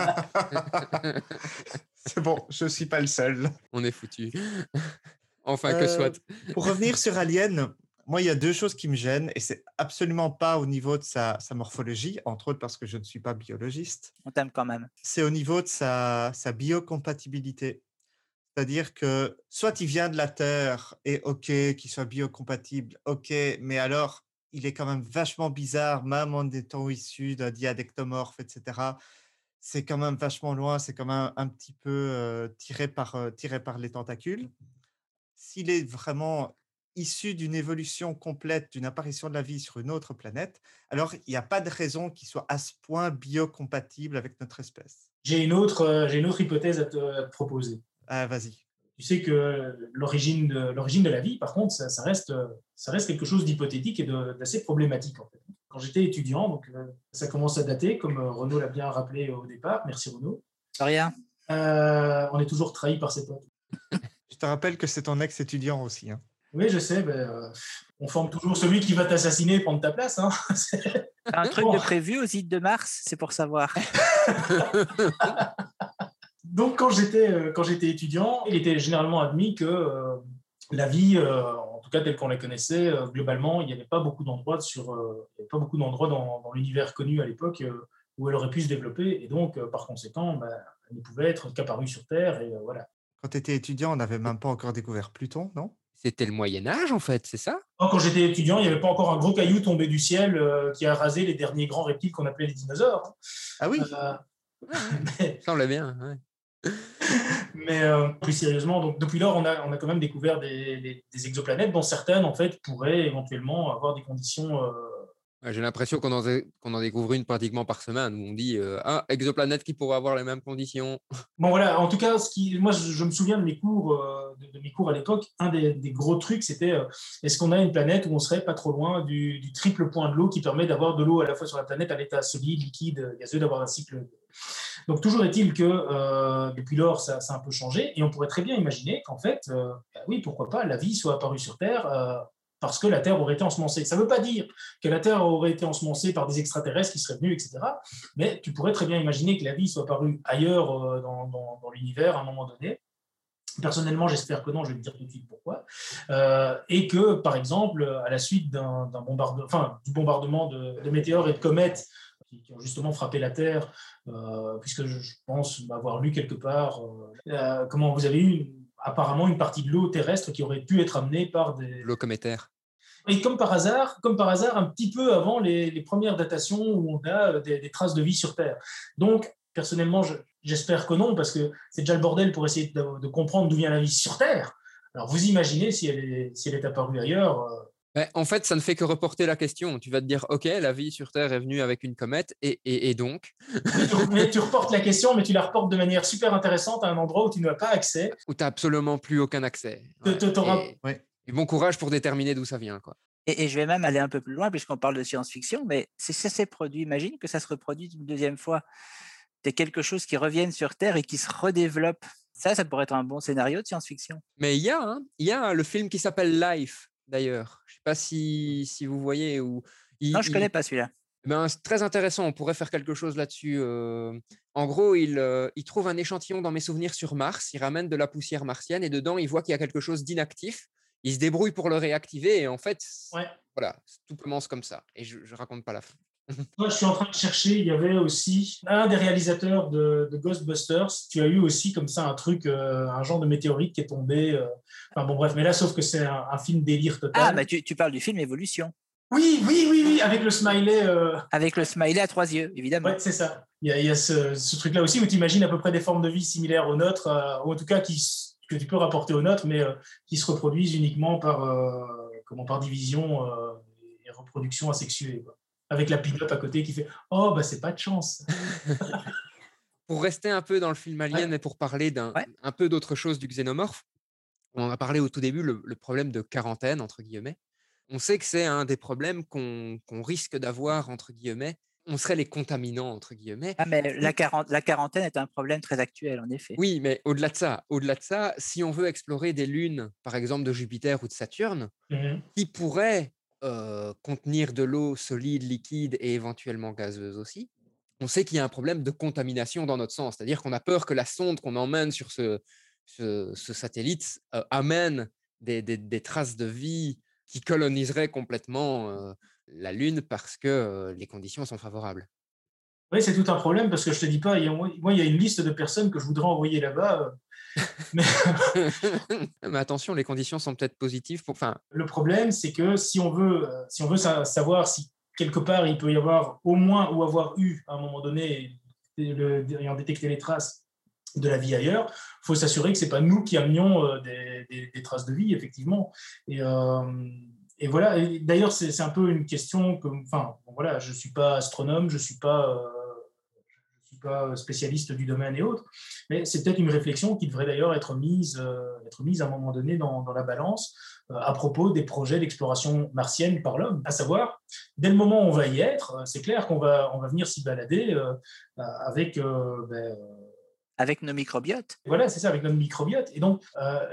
[SPEAKER 7] C'est bon, je ne suis pas le seul.
[SPEAKER 6] On est foutus. Enfin, que soit.
[SPEAKER 7] Pour revenir sur Alien, Moi, il y a deux choses qui me gênent, et c'est absolument pas au niveau de sa morphologie, entre autres parce que je ne suis pas biologiste.
[SPEAKER 8] On t'aime quand même.
[SPEAKER 7] C'est au niveau de sa biocompatibilité. C'est-à-dire que soit il vient de la Terre et OK, qu'il soit biocompatible, OK, mais alors il est quand même vachement bizarre, même en étant issu d'un diadectomorphe, etc. C'est quand même vachement loin, c'est quand même un petit peu tiré par les tentacules. S'il est vraiment issu d'une évolution complète, d'une apparition de la vie sur une autre planète, alors il n'y a pas de raison qu'il soit à ce point biocompatible avec notre espèce.
[SPEAKER 9] J'ai une autre hypothèse à te proposer.
[SPEAKER 7] Ah, vas-y.
[SPEAKER 9] Tu sais que l'origine de la vie, par contre, ça reste quelque chose d'hypothétique et d'assez problématique, en fait. Quand j'étais étudiant, donc ça commence à dater, comme Renaud l'a bien rappelé au départ. Merci Renaud.
[SPEAKER 8] De rien.
[SPEAKER 9] On est toujours trahi par ses potes.
[SPEAKER 7] Je te rappelle que c'est ton ex-étudiant aussi. Hein.
[SPEAKER 9] Oui, je sais. On forme toujours celui qui va t'assassiner et prendre ta place. Hein.
[SPEAKER 8] T'as un truc de prévu aux îles de Mars, c'est pour savoir.
[SPEAKER 9] Donc, quand j'étais étudiant, il était généralement admis que la vie, en tout cas telle qu'on la connaissait, globalement, il n'y avait pas beaucoup d'endroits dans l'univers connu à l'époque où elle aurait pu se développer. Et donc, par conséquent, elle ne pouvait être qu'apparue sur Terre. Et voilà.
[SPEAKER 7] Quand tu étais étudiant, on n'avait même pas encore découvert Pluton, non?
[SPEAKER 6] C'était le Moyen-Âge, en fait, c'est ça?
[SPEAKER 9] Quand j'étais étudiant, il n'y avait pas encore un gros caillou tombé du ciel qui a rasé les derniers grands reptiles qu'on appelait les dinosaures.
[SPEAKER 7] Ah oui.
[SPEAKER 6] Ça, on l'a bien, ouais.
[SPEAKER 9] Mais plus sérieusement, donc, depuis lors, on a quand même découvert des exoplanètes dont certaines, en fait, pourraient éventuellement avoir des conditions...
[SPEAKER 6] J'ai l'impression qu'on en découvre une pratiquement par semaine, où on dit exoplanète qui pourrait avoir les mêmes conditions.
[SPEAKER 9] Bon, voilà, en tout cas, moi, je me souviens de mes cours, de mes cours à l'époque. Un des gros trucs, c'était est-ce qu'on a une planète où on serait pas trop loin du triple point de l'eau qui permet d'avoir de l'eau à la fois sur la planète à l'état solide, liquide, gazeux, d'avoir un cycle. Donc, toujours est-il que depuis lors, ça a un peu changé, et on pourrait très bien imaginer qu'en fait, oui, pourquoi pas, la vie soit apparue sur Terre parce que la Terre aurait été ensemencée. Ça ne veut pas dire que la Terre aurait été ensemencée par des extraterrestres qui seraient venus, etc. Mais tu pourrais très bien imaginer que la vie soit apparue ailleurs dans l'univers à un moment donné. Personnellement, j'espère que non, je vais te dire tout de suite pourquoi. Et que, par exemple, à la suite du bombardement de météores et de comètes qui ont justement frappé la Terre, puisque je pense avoir lu quelque part comment vous avez eu apparemment une partie de l'eau terrestre qui aurait pu être amenée par des...
[SPEAKER 6] L'eau cométaire.
[SPEAKER 9] Et comme par hasard, un petit peu avant les premières datations où on a des traces de vie sur Terre. Donc, personnellement, j'espère que non, parce que c'est déjà le bordel pour essayer de comprendre d'où vient la vie sur Terre. Alors, vous imaginez si elle est apparue ailleurs
[SPEAKER 6] En fait, ça ne fait que reporter la question. Tu vas te dire, OK, la vie sur Terre est venue avec une comète, et donc
[SPEAKER 9] mais tu reportes la question, mais tu la reportes de manière super intéressante à un endroit où tu n'as pas accès.
[SPEAKER 6] Où tu n'as absolument plus aucun accès. Et bon courage pour déterminer d'où ça vient, quoi.
[SPEAKER 8] Et je vais même aller un peu plus loin, puisqu'on parle de science-fiction, mais si ça s'est produit, imagine que ça se reproduit une deuxième fois. C'est quelque chose qui revienne sur Terre et qui se redéveloppe. Ça pourrait être un bon scénario de science-fiction.
[SPEAKER 6] Mais il y a le film qui s'appelle Life, d'ailleurs. Je ne sais pas si vous voyez. Non,
[SPEAKER 8] je ne connais pas celui-là.
[SPEAKER 6] C'est très intéressant, on pourrait faire quelque chose là-dessus. En gros, il trouve un échantillon dans mes souvenirs sur Mars, il ramène de la poussière martienne et dedans, il voit qu'il y a quelque chose d'inactif. Il se débrouille pour le réactiver et en fait, voilà, tout commence comme ça. Et je ne raconte pas la fin.
[SPEAKER 9] Moi, je suis en train de chercher, il y avait aussi un des réalisateurs de Ghostbusters. Tu as eu aussi comme ça un truc, un genre de météorite qui est tombé. Enfin bon, bref, mais là, sauf que c'est un film délire total.
[SPEAKER 8] Ah, mais tu parles du film Évolution.
[SPEAKER 9] Oui, avec le smiley.
[SPEAKER 8] Avec le smiley à 3 yeux, évidemment.
[SPEAKER 9] Oui, c'est ça. Il y a ce truc-là aussi où tu imagines à peu près des formes de vie similaires aux nôtres, ou en tout cas que tu peux rapporter aux nôtres, mais qui se reproduisent uniquement par division et reproduction asexuée, quoi. Avec la pin-up à côté qui fait « Oh, bah c'est pas de chance !»
[SPEAKER 6] Pour rester un peu dans le film Alien et pour parler un peu d'autre chose du xénomorphe, on en a parlé au tout début, le problème de quarantaine, entre guillemets. On sait que c'est un des problèmes qu'on risque d'avoir, entre guillemets. On serait les contaminants, entre guillemets.
[SPEAKER 8] Ah, mais la quarantaine est un problème très actuel, en effet.
[SPEAKER 6] Oui, mais au-delà de ça, si on veut explorer des lunes, par exemple de Jupiter ou de Saturne, qui pourraient contenir de l'eau solide, liquide et éventuellement gazeuse aussi, on sait qu'il y a un problème de contamination dans notre sang. C'est-à-dire qu'on a peur que la sonde qu'on emmène sur ce satellite amène des traces de vie qui coloniserait complètement la Lune parce que les conditions sont favorables.
[SPEAKER 9] Oui, c'est tout un problème parce que je te dis pas, moi, il y a une liste de personnes que je voudrais envoyer là-bas. Mais
[SPEAKER 6] Mais attention, les conditions sont peut-être positives pour. Enfin,
[SPEAKER 9] le problème, c'est que si on veut savoir si quelque part il peut y avoir au moins ou avoir eu à un moment donné, ayant détecté les traces de la vie ailleurs, il faut s'assurer que c'est pas nous qui amenions des traces de vie, effectivement. Et voilà. Et d'ailleurs, c'est un peu une question que, enfin, bon, voilà, je suis pas astronome, je suis pas spécialiste du domaine et autres, mais c'est peut-être une réflexion qui devrait d'ailleurs être mise à un moment donné dans la balance à propos des projets d'exploration martienne par l'homme. À savoir, dès le moment où on va y être, c'est clair qu'on va venir s'y balader avec
[SPEAKER 8] Avec nos microbiotes.
[SPEAKER 9] voilà, c'est ça, avec notre microbiote. Et donc,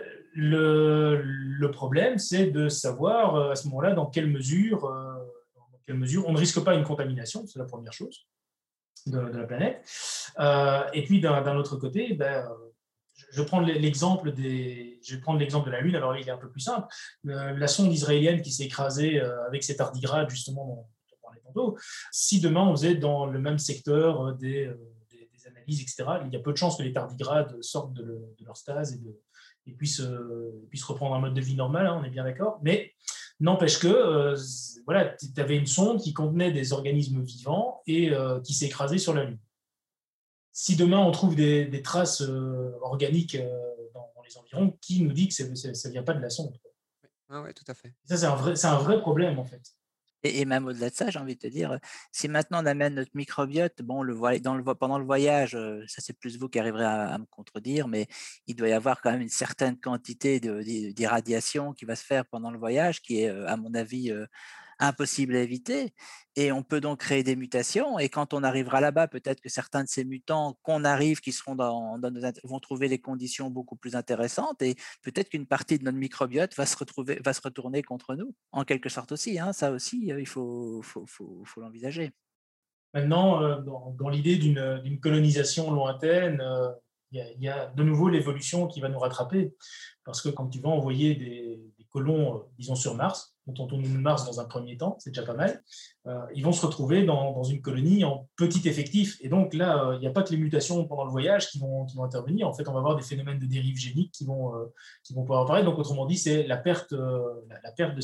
[SPEAKER 9] le problème, c'est de savoir à ce moment-là dans quelle mesure on ne risque pas une contamination, c'est la première chose, de la planète. Et puis, d'un autre côté, je vais prendre l'exemple de la Lune. Alors, il est un peu plus simple. La sonde israélienne qui s'est écrasée avec ses tardigrades, justement, dont on parlait tantôt, si demain on faisait dans le même secteur des analyses, etc., il y a peu de chances que les tardigrades sortent de leur stase et puissent reprendre un mode de vie normal, hein, on est bien d'accord. Mais n'empêche que voilà, tu avais une sonde qui contenait des organismes vivants et qui s'est écrasée sur la Lune. Si demain on trouve des traces organiques dans les environs, qui nous dit que ça ne vient pas de la sonde, quoi.
[SPEAKER 6] ah ouais, tout à fait.
[SPEAKER 9] Ça, c'est un vrai problème, en fait.
[SPEAKER 8] Et même au-delà de ça, j'ai envie de te dire, si maintenant on amène notre microbiote, bon, pendant le voyage, ça c'est plus vous qui arriverez à me contredire, mais il doit y avoir quand même une certaine quantité d'irradiation qui va se faire pendant le voyage, qui est, à mon avis, impossible à éviter. Et on peut donc créer des mutations. Et quand on arrivera là-bas, peut-être que certains de ces mutants qui seront vont trouver les conditions beaucoup plus intéressantes. Et peut-être qu'une partie de notre microbiote va se retourner contre nous, en quelque sorte aussi. Hein. Ça aussi, il faut l'envisager.
[SPEAKER 9] Maintenant, dans l'idée d'une colonisation lointaine, il y a de nouveau l'évolution qui va nous rattraper. Parce que quand tu vas envoyer des colons, disons sur Mars, dont on tourne Mars dans un premier temps, c'est déjà pas mal, ils vont se retrouver dans une colonie en petit effectif. Et donc là, il n'y a pas que les mutations pendant le voyage qui vont intervenir. En fait, on va avoir des phénomènes de dérive génique qui vont pouvoir apparaître. Donc, autrement dit, c'est la perte de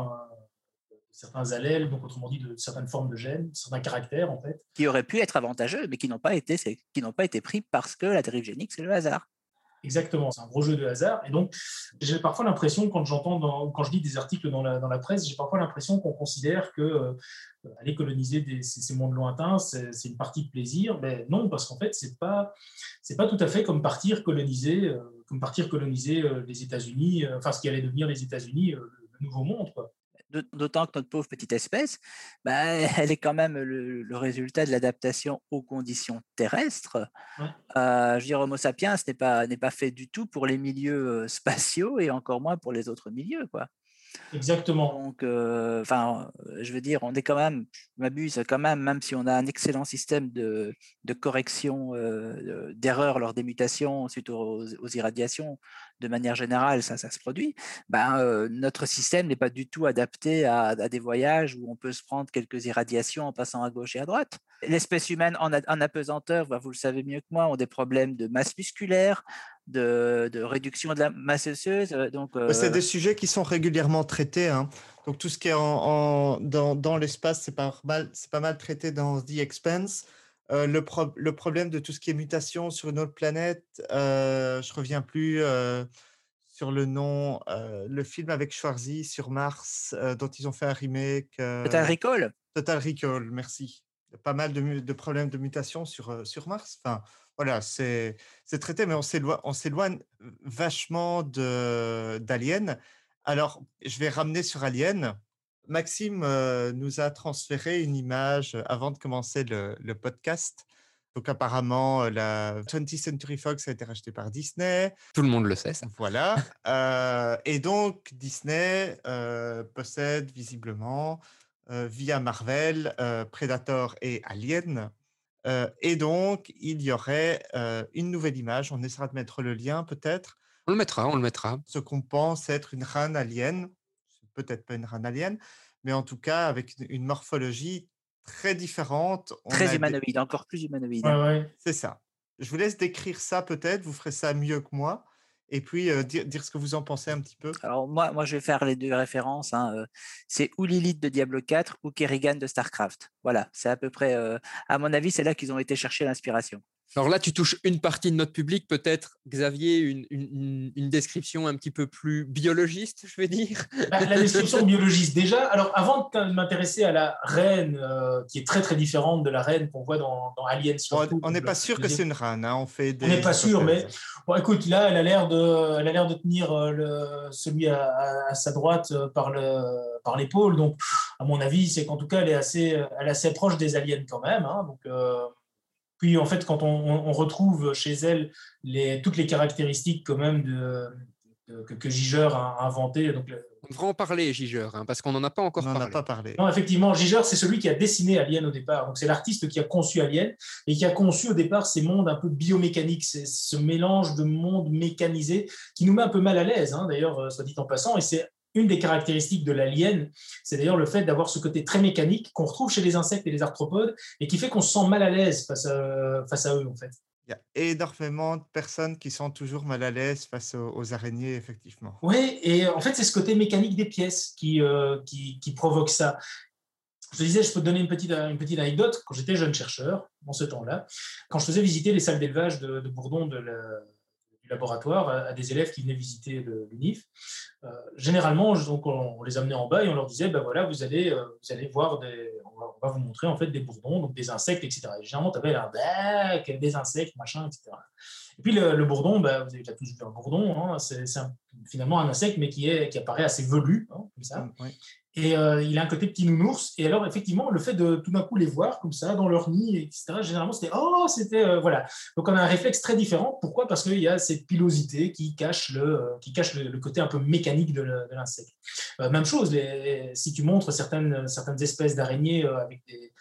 [SPEAKER 9] certains allèles, donc autrement dit de certaines formes de gènes, certains caractères en fait.
[SPEAKER 8] Qui auraient pu être avantageux, mais qui n'ont pas été pris parce que la dérive génique, c'est le hasard.
[SPEAKER 9] Exactement, c'est un gros jeu de hasard. Et donc, j'ai parfois l'impression, quand je lis des articles dans la presse, j'ai parfois l'impression qu'on considère que aller coloniser ces mondes lointains, c'est une partie de plaisir. Mais non, parce qu'en fait, c'est pas tout à fait comme partir coloniser les États-Unis, enfin ce qui allait devenir les États-Unis, le nouveau monde, quoi.
[SPEAKER 8] D'autant que notre pauvre petite espèce, elle est quand même le résultat de l'adaptation aux conditions terrestres.
[SPEAKER 9] Ouais.
[SPEAKER 8] Je veux dire, Homo sapiens n'est pas fait du tout pour les milieux spatiaux et encore moins pour les autres milieux, quoi.
[SPEAKER 9] Exactement.
[SPEAKER 8] Donc, je veux dire, on est quand même, je m'abuse quand même si on a un excellent système de correction d'erreurs lors des mutations suite aux irradiations, de manière générale, ça se produit. Notre système n'est pas du tout adapté à des voyages où on peut se prendre quelques irradiations en passant à gauche et à droite. L'espèce humaine en apesanteur, vous le savez mieux que moi, ont des problèmes de masse musculaire, de réduction de la masse osseuse.
[SPEAKER 7] C'est des sujets qui sont régulièrement traités, hein. Donc tout ce qui est dans l'espace, c'est pas mal traité dans The Expanse. Le problème de tout ce qui est mutation sur une autre planète, je reviens plus sur le nom, le film avec Schwarzy sur Mars, dont ils ont fait un remake.
[SPEAKER 8] Total Recall.
[SPEAKER 7] Total Recall, merci. Pas mal de problèmes de mutation sur Mars. Enfin, voilà, c'est traité, mais on s'éloigne vachement d'Alien. Alors, je vais ramener sur Alien. Maxime nous a transféré une image avant de commencer le podcast. Donc, apparemment, la 20th Century Fox a été rachetée par Disney.
[SPEAKER 6] Tout le monde le sait, ça.
[SPEAKER 7] Voilà. Et donc, Disney possède visiblement, via Marvel, Predator et Alien. Et donc, il y aurait une nouvelle image. On essaiera de mettre le lien, peut-être.
[SPEAKER 6] On le mettra.
[SPEAKER 7] Ce qu'on pense être une reine alien. peut-être pas une reine alien, mais en tout cas avec une morphologie très différente.
[SPEAKER 8] Très humanoïde, encore plus humanoïde.
[SPEAKER 9] Ouais, ouais.
[SPEAKER 7] C'est ça. Je vous laisse décrire ça peut-être, vous ferez ça mieux que moi, et puis dire ce que vous en pensez un petit peu.
[SPEAKER 8] Alors moi, je vais faire les deux références. C'est ou Lilith de Diablo 4 ou Kerrigan de StarCraft. Voilà, c'est à peu près, à mon avis, c'est là qu'ils ont été chercher l'inspiration.
[SPEAKER 6] Alors là, tu touches une partie de notre public, peut-être, Xavier, une description un petit peu plus biologiste, je vais dire.
[SPEAKER 9] La description biologiste, déjà. Alors, avant de m'intéresser à la reine, qui est très, très différente de la reine qu'on voit dans Alien.
[SPEAKER 7] On n'est pas sûr que c'est une reine. Hein. On
[SPEAKER 9] n'est pas sûr, mais bon, écoute, là, elle a l'air de tenir celui à sa droite par l'épaule. Donc, à mon avis, c'est qu'en tout cas, elle est assez proche des aliens quand même. Hein. Donc, puis, en fait, quand on retrouve chez elle toutes les caractéristiques quand même que Giger a inventées. Donc,
[SPEAKER 6] on devrait en parler, Giger, hein, parce qu'on n'en a pas encore parlé.
[SPEAKER 7] On n'en a pas parlé.
[SPEAKER 9] Non, effectivement, Giger, c'est celui qui a dessiné Alien au départ. Donc, c'est l'artiste qui a conçu Alien et qui a conçu au départ ces mondes un peu biomécaniques, ce mélange de mondes mécanisés qui nous met un peu mal à l'aise, hein, d'ailleurs, soit dit en passant. Et c'est une des caractéristiques de l'alien, c'est d'ailleurs le fait d'avoir ce côté très mécanique qu'on retrouve chez les insectes et les arthropodes et qui fait qu'on se sent mal à l'aise face à eux, en fait.
[SPEAKER 7] Il y a énormément de personnes qui sont toujours mal à l'aise face aux araignées, effectivement.
[SPEAKER 9] Oui, et en fait, c'est ce côté mécanique des pièces qui provoque ça. Je te disais, je peux te donner une petite anecdote. Quand j'étais jeune chercheur, en ce temps-là, quand je faisais visiter les salles d'élevage de Bourdon du laboratoire à des élèves qui venaient visiter le NIF, généralement, donc on les amenait en bas et on leur disait, ben voilà, vous allez voir on va vous montrer en fait des bourdons, donc des insectes, etc. Et généralement, tu avais un bec, des insectes, machin, etc. Et puis le bourdon, vous avez déjà tous vu un bourdon, hein, c'est finalement un insecte, mais qui apparaît assez velu, hein, comme ça.
[SPEAKER 7] Oui.
[SPEAKER 9] Et il a un côté petit nounours. Et alors, effectivement, le fait de tout d'un coup les voir comme ça, dans leur nid, etc., généralement, c'était voilà. Donc, on a un réflexe très différent. Pourquoi ? Parce qu'il y a cette pilosité qui cache le côté un peu mécanique de l'insecte. Même chose, si tu montres certaines espèces d'araignées avec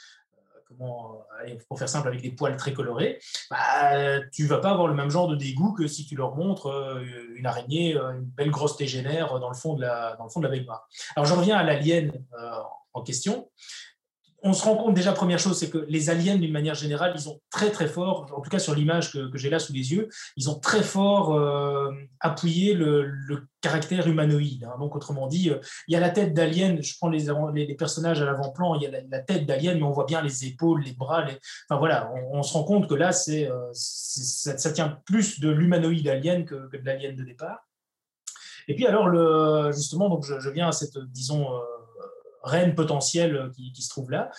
[SPEAKER 9] pour faire simple, avec des poils très colorés, tu ne vas pas avoir le même genre de dégoût que si tu leur montres une araignée, une belle grosse tégénaire dans le fond de la baignoire. Alors, je reviens à l'alien en question. On se rend compte déjà, première chose, c'est que les aliens, d'une manière générale, ils ont très très fort, en tout cas sur l'image que j'ai là sous les yeux, ils ont très fort appuyé le caractère humanoïde. Hein. Donc, autrement dit, il y a la tête d'alien, je prends les personnages à l'avant-plan, il y a la tête d'alien, mais on voit bien les épaules, les bras. Enfin voilà, on se rend compte que là, ça tient plus de l'humanoïde alien que de l'alien de départ. Et puis alors, justement, donc je viens à cette, disons, reine potentielle qui se trouve là.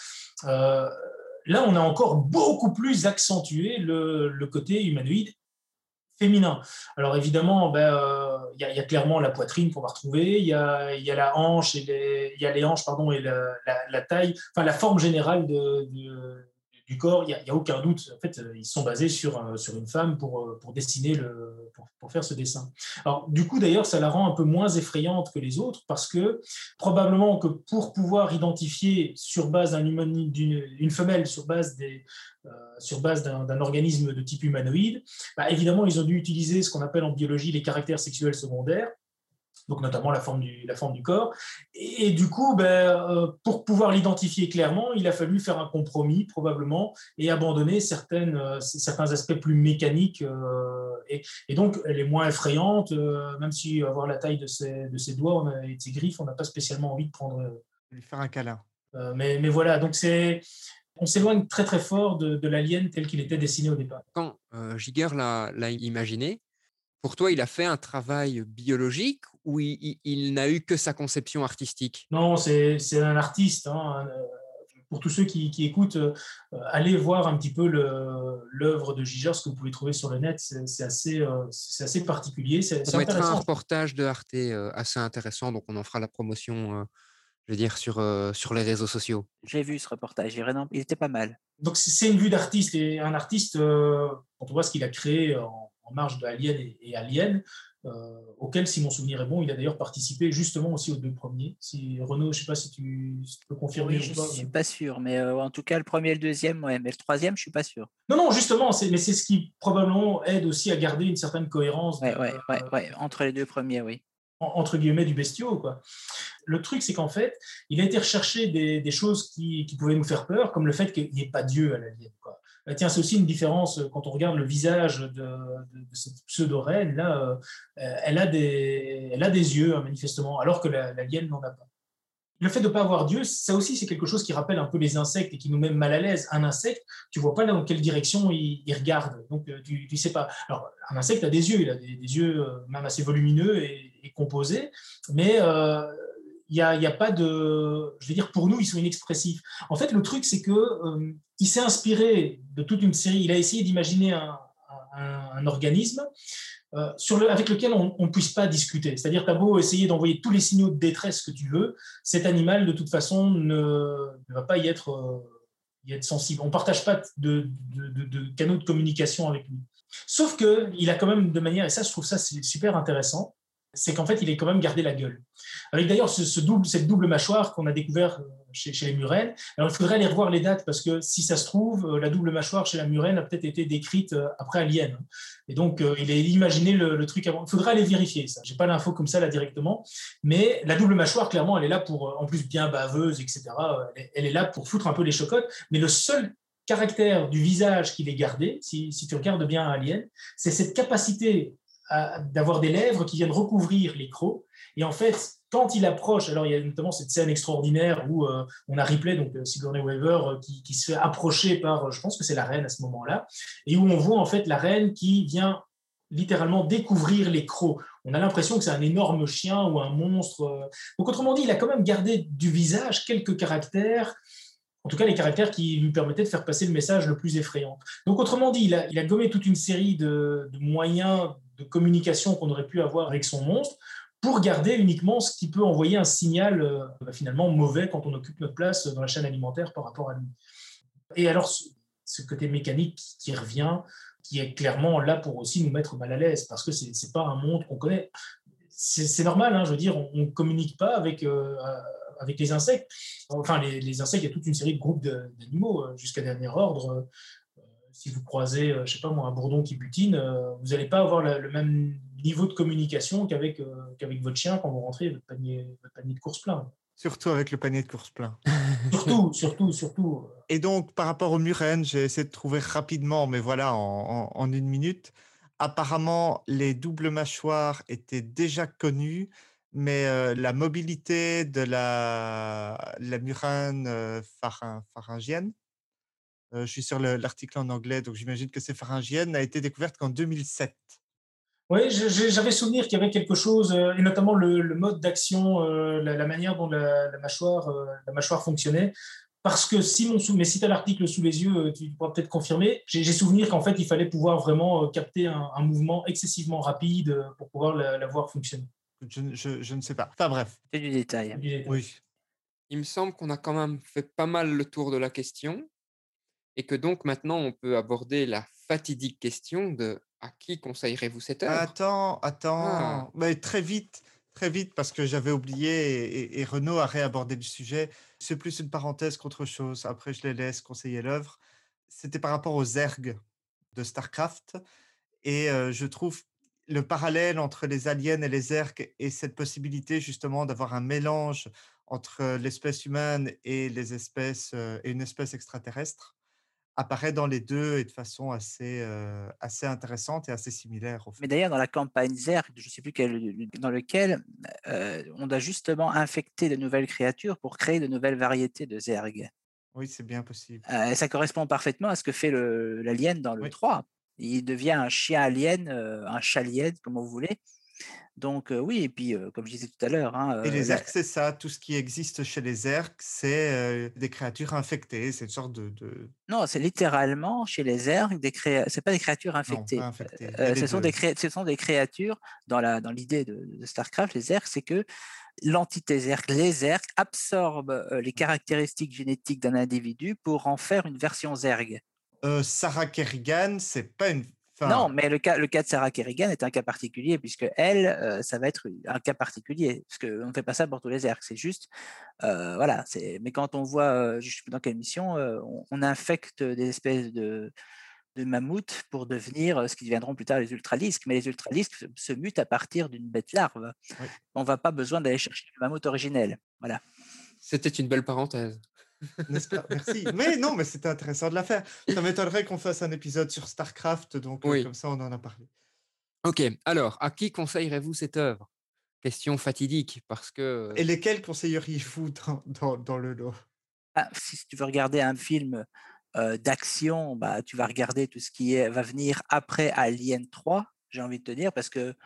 [SPEAKER 9] Là, on a encore beaucoup plus accentué le côté humanoïde féminin. Alors évidemment, y a clairement la poitrine qu'on va retrouver, il y a la hanche il y a les hanches pardon et la taille, enfin la forme générale du corps. Il y a aucun doute. En fait, ils sont basés sur une femme pour dessiner pour faire ce dessin. Alors du coup d'ailleurs, ça la rend un peu moins effrayante que les autres parce que probablement que pour pouvoir identifier sur base d'une femelle sur base d'un organisme de type humanoïde, évidemment, ils ont dû utiliser ce qu'on appelle en biologie les caractères sexuels secondaires, donc notamment la forme du corps. Et du coup, pour pouvoir l'identifier clairement, il a fallu faire un compromis, probablement, et abandonner certains aspects plus mécaniques. Et donc, elle est moins effrayante, même si avoir la taille de ses doigts et de ses griffes, on n'a pas spécialement envie de
[SPEAKER 7] lui faire un câlin.
[SPEAKER 9] Mais voilà, donc on s'éloigne très très fort de l'alien tel qu'il était dessiné au départ.
[SPEAKER 6] Quand Giger l'a imaginé, pour toi, il a fait un travail biologique ou il n'a eu que sa conception artistique ?
[SPEAKER 9] Non, c'est un artiste. Hein. Pour tous ceux qui écoutent, allez voir un petit peu l'œuvre de Giger, ce que vous pouvez trouver sur le net. C'est assez particulier.
[SPEAKER 6] On mettra un reportage de Arte assez intéressant, donc on en fera la promotion. Je veux dire, sur les réseaux sociaux.
[SPEAKER 8] J'ai vu ce reportage, il était pas mal.
[SPEAKER 9] Donc, c'est une vue d'artiste. Et un artiste, quand on voit ce qu'il a créé en marge de Alien et Alien, auquel, si mon souvenir est bon, il a d'ailleurs participé justement aussi aux deux premiers. Renaud, je ne sais pas si tu peux confirmer.
[SPEAKER 8] Oui, je ne suis pas sûr, mais en tout cas, le premier et le deuxième, ouais, mais le troisième, je ne suis pas sûr.
[SPEAKER 9] Non, justement, mais c'est ce qui probablement aide aussi à garder une certaine cohérence.
[SPEAKER 8] Ouais, entre les deux premiers, oui.
[SPEAKER 9] Entre guillemets, du bestiau, quoi. le truc, c'est qu'en fait, il a été recherché des choses qui pouvaient nous faire peur, comme le fait qu'il n'y ait pas Dieu à l'alien, quoi. Tiens, c'est aussi une différence quand on regarde le visage de cette pseudo-reine. Là, elle a des yeux, hein, manifestement, alors que l'alien n'en a pas. Le fait de ne pas avoir Dieu, ça aussi, c'est quelque chose qui rappelle un peu les insectes et qui nous met mal à l'aise. Un insecte, tu ne vois pas dans quelle direction il regarde. Donc, tu ne sais pas. Alors, un insecte a des yeux. Il a des yeux même assez volumineux et composés. Mais il y a pas de... Je veux dire, pour nous, ils sont inexpressifs. En fait, le truc, c'est qu'il s'est inspiré de toute une série. Il a essayé d'imaginer un organisme avec lequel on ne puisse pas discuter. C'est-à-dire, tu as beau essayer d'envoyer tous les signaux de détresse que tu veux, cet animal, de toute façon, ne va pas y être sensible. On ne partage pas de canaux de communication avec lui. Sauf qu'il a quand même de manière, et ça, je trouve ça c'est super intéressant, c'est qu'en fait, il a quand même gardé la gueule. Avec d'ailleurs cette double mâchoire qu'on a découvert chez les murènes. Alors, il faudrait aller revoir les dates parce que si ça se trouve, la double mâchoire chez la murène a peut-être été décrite après Alien. Et donc, il a imaginé le truc avant. Il faudrait aller vérifier ça. Je n'ai pas l'info comme ça là directement. Mais la double mâchoire, clairement, elle est là pour, en plus bien baveuse, etc. Elle est là pour foutre un peu les chocottes. Mais le seul caractère du visage qu'il ait gardé, si tu regardes bien Alien, c'est cette capacité d'avoir des lèvres qui viennent recouvrir les crocs. Et en fait, quand il approche, alors il y a notamment cette scène extraordinaire où on a Ripley, donc Sigourney Weaver, qui se fait approcher par, je pense que c'est la reine à ce moment-là, et où on voit en fait la reine qui vient littéralement découvrir les crocs. On a l'impression que c'est un énorme chien ou un monstre. Donc autrement dit, il a quand même gardé du visage quelques caractères, en tout cas les caractères qui lui permettaient de faire passer le message le plus effrayant. Donc autrement dit, il a gommé toute une série de moyens de communication qu'on aurait pu avoir avec son monstre pour garder uniquement ce qui peut envoyer un signal finalement mauvais quand on occupe notre place dans la chaîne alimentaire par rapport à lui. Et alors, ce côté mécanique qui revient, qui est clairement là pour aussi nous mettre mal à l'aise, parce que ce n'est pas un monde qu'on connaît. C'est normal, hein, je veux dire, on ne communique pas avec les insectes. Enfin, les insectes, il y a toute une série de groupes d'animaux, jusqu'à dernier ordre. Si vous croisez, je ne sais pas moi, un bourdon qui butine, vous n'allez pas avoir le même niveau de communication qu'avec votre chien quand vous rentrez votre panier de course plein.
[SPEAKER 7] Surtout avec le panier de course plein.
[SPEAKER 9] Surtout.
[SPEAKER 7] Et donc, par rapport aux murènes, j'ai essayé de trouver rapidement, mais voilà, en une minute. Apparemment, les doubles mâchoires étaient déjà connues, mais la mobilité de la murène pharyngienne, je suis sur l'article en anglais, donc j'imagine que c'est pharyngienne, a été découverte qu'en 2007.
[SPEAKER 9] Oui, j'avais souvenir qu'il y avait quelque chose, et notamment le mode d'action, la manière dont la mâchoire fonctionnait. Parce que mais si tu as l'article sous les yeux, tu pourras peut-être confirmer. J'ai souvenir qu'en fait, il fallait pouvoir vraiment capter un mouvement excessivement rapide pour pouvoir la voir fonctionner.
[SPEAKER 7] Je ne sais pas. Enfin bref.
[SPEAKER 8] C'est du détail.
[SPEAKER 7] Oui.
[SPEAKER 6] Il me semble qu'on a quand même fait pas mal le tour de la question et que donc maintenant on peut aborder la fatidique question de à qui conseillerez-vous cette œuvre?
[SPEAKER 7] Attends.
[SPEAKER 6] Ah.
[SPEAKER 7] Mais très vite, parce que j'avais oublié et Renaud a réabordé le sujet. C'est plus une parenthèse qu'autre chose. Après, je les laisse conseiller l'œuvre. C'était par rapport aux Zerg de StarCraft. Et je trouve le parallèle entre les aliens et les Zerg et cette possibilité justement d'avoir un mélange entre l'espèce humaine et les espèces et une espèce extraterrestre apparaît dans les deux et de façon assez intéressante et assez similaire au fait.
[SPEAKER 8] Mais d'ailleurs, dans la campagne Zerg, je ne sais plus dans lequel, on doit justement infecter de nouvelles créatures pour créer de nouvelles variétés de Zerg.
[SPEAKER 7] Oui, c'est bien possible.
[SPEAKER 8] Ça correspond parfaitement à ce que fait l'alien dans le 3. Il devient un chien alien, un chat alien, comme vous voulez. Donc oui, et puis comme je disais tout à l'heure...
[SPEAKER 7] et les Zerg, c'est ça. Tout ce qui existe chez les Zerg, c'est des créatures infectées. C'est une sorte de...
[SPEAKER 8] Non, c'est littéralement, chez les Zerg, c'est pas des créatures infectées.
[SPEAKER 7] Non, pas infectées.
[SPEAKER 8] Ce sont des créatures, dans l'idée de StarCraft, les Zerg, c'est que l'entité Zerg, les Zerg, absorbent les caractéristiques génétiques d'un individu pour en faire une version Zerg.
[SPEAKER 7] Sarah Kerrigan, c'est pas une...
[SPEAKER 8] Non, mais le cas de Sarah Kerrigan est un cas particulier, puisque elle, ça va être un cas particulier, parce qu'on ne fait pas ça pour tous les Zerg, c'est juste, voilà. Mais quand on voit, je ne sais plus dans quelle mission, on infecte des espèces de mammouths pour devenir ce qui deviendront plus tard les ultralisques. Mais les ultralisques se mutent à partir d'une bête larve.
[SPEAKER 7] Oui.
[SPEAKER 8] On va pas besoin d'aller chercher le mammouth originel. Voilà.
[SPEAKER 6] C'était une belle parenthèse.
[SPEAKER 7] N'est-ce pas? Merci. Mais non, mais c'était intéressant de la faire. Ça m'étonnerait qu'on fasse un épisode sur StarCraft, donc
[SPEAKER 6] Oui.
[SPEAKER 7] comme ça, on en a parlé.
[SPEAKER 6] Ok, alors, à qui conseillerez-vous cette œuvre? Question fatidique, parce que...
[SPEAKER 7] Et lesquels conseilleriez-vous dans le lot?
[SPEAKER 8] Si tu veux regarder un film d'action, bah, tu vas regarder tout ce qui va venir après Alien 3, j'ai envie de te dire, parce que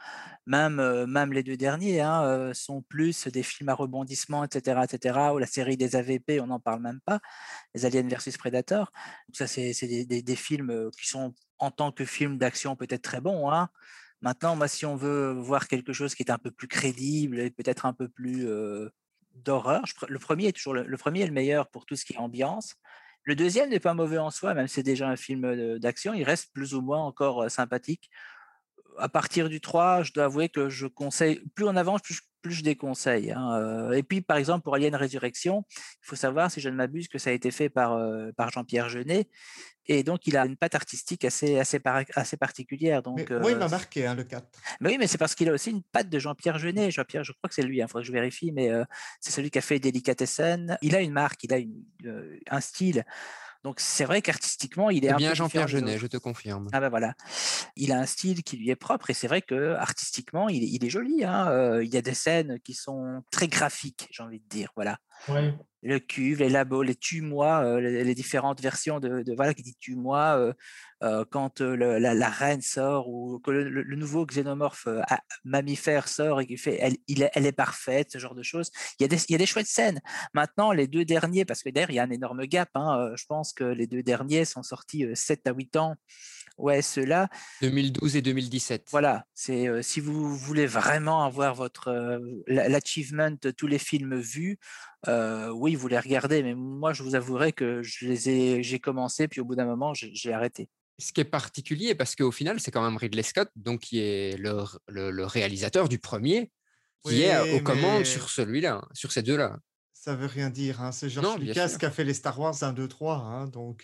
[SPEAKER 8] même les deux derniers sont plus des films à rebondissement, etc., ou la série des AVP, on n'en parle même pas, les Aliens versus Predator. Donc ça, c'est des films qui sont, en tant que film d'action, peut-être très bons. Maintenant, moi, si on veut voir quelque chose qui est un peu plus crédible et peut-être un peu plus d'horreur, le premier est toujours le premier est le meilleur pour tout ce qui est ambiance. Le deuxième n'est pas mauvais en soi, même si c'est déjà un film d'action, il reste plus ou moins encore sympathique. À partir du 3, je dois avouer que je conseille, plus on avance, plus je déconseille. Et puis, par exemple, pour Alien Résurrection, il faut savoir, si je ne m'abuse, que ça a été fait par Jean-Pierre Jeunet. Et donc, il a une patte artistique assez particulière. Donc,
[SPEAKER 7] moi, il m'a marqué, le 4.
[SPEAKER 8] Mais oui, mais c'est parce qu'il a aussi une patte de Jean-Pierre Jeunet. Jean-Pierre, je crois que c'est lui, il faudrait que je vérifie, mais c'est celui qui a fait Delicatessen. Il a une marque, il a un style. Donc, c'est vrai qu'artistiquement, il est un peu
[SPEAKER 6] bien Jean-Pierre
[SPEAKER 8] différent des
[SPEAKER 6] Jeunet,
[SPEAKER 8] autres.
[SPEAKER 6] je te confirme.
[SPEAKER 8] Ah ben voilà. Il a un style qui lui est propre et c'est vrai que artistiquement, il est joli. Il y a des scènes qui sont très graphiques, j'ai envie de dire. Voilà.
[SPEAKER 9] Ouais.
[SPEAKER 8] Le cuve, les labos, les tue-moi, les différentes versions de voilà qui dit tue-moi quand la reine sort ou que le nouveau xénomorphe mammifère sort et qui fait elle est parfaite, ce genre de choses. Il y a des chouettes scènes. Maintenant, les deux derniers, parce que d'ailleurs il y a un énorme gap. Je pense que les deux derniers sont sortis 7 à 8 ans. Ouais, ceux-là.
[SPEAKER 6] 2012 et 2017.
[SPEAKER 8] Voilà, c'est si vous voulez vraiment avoir l'achievement de tous les films vus, oui, vous les regardez, mais moi, je vous avouerai que j'ai commencé, puis au bout d'un moment, j'ai arrêté.
[SPEAKER 6] Ce qui est particulier, parce qu'au final, c'est quand même Ridley Scott, donc qui est le réalisateur du premier, qui est aux commandes sur celui-là, sur ces deux-là.
[SPEAKER 7] Ça veut rien dire. C'est George Lucas qui a fait les Star Wars 1, 2, 3. Donc...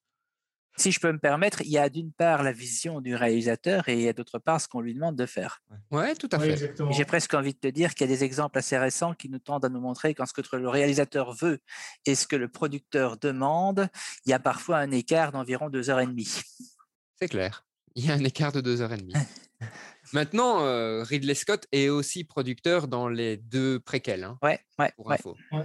[SPEAKER 8] Si je peux me permettre, il y a d'une part la vision du réalisateur et il y a d'autre part ce qu'on lui demande de faire.
[SPEAKER 6] Ouais, tout à fait.
[SPEAKER 9] Exactement.
[SPEAKER 8] J'ai presque envie de te dire qu'il y a des exemples assez récents qui nous tendent à nous montrer qu'en ce que le réalisateur veut et ce que le producteur demande, il y a parfois un écart d'environ 2h30.
[SPEAKER 6] C'est clair. Il y a un écart de 2h30. Maintenant, Ridley Scott est aussi producteur dans les deux préquels.
[SPEAKER 8] Ouais.
[SPEAKER 6] Pour info.
[SPEAKER 9] Ouais.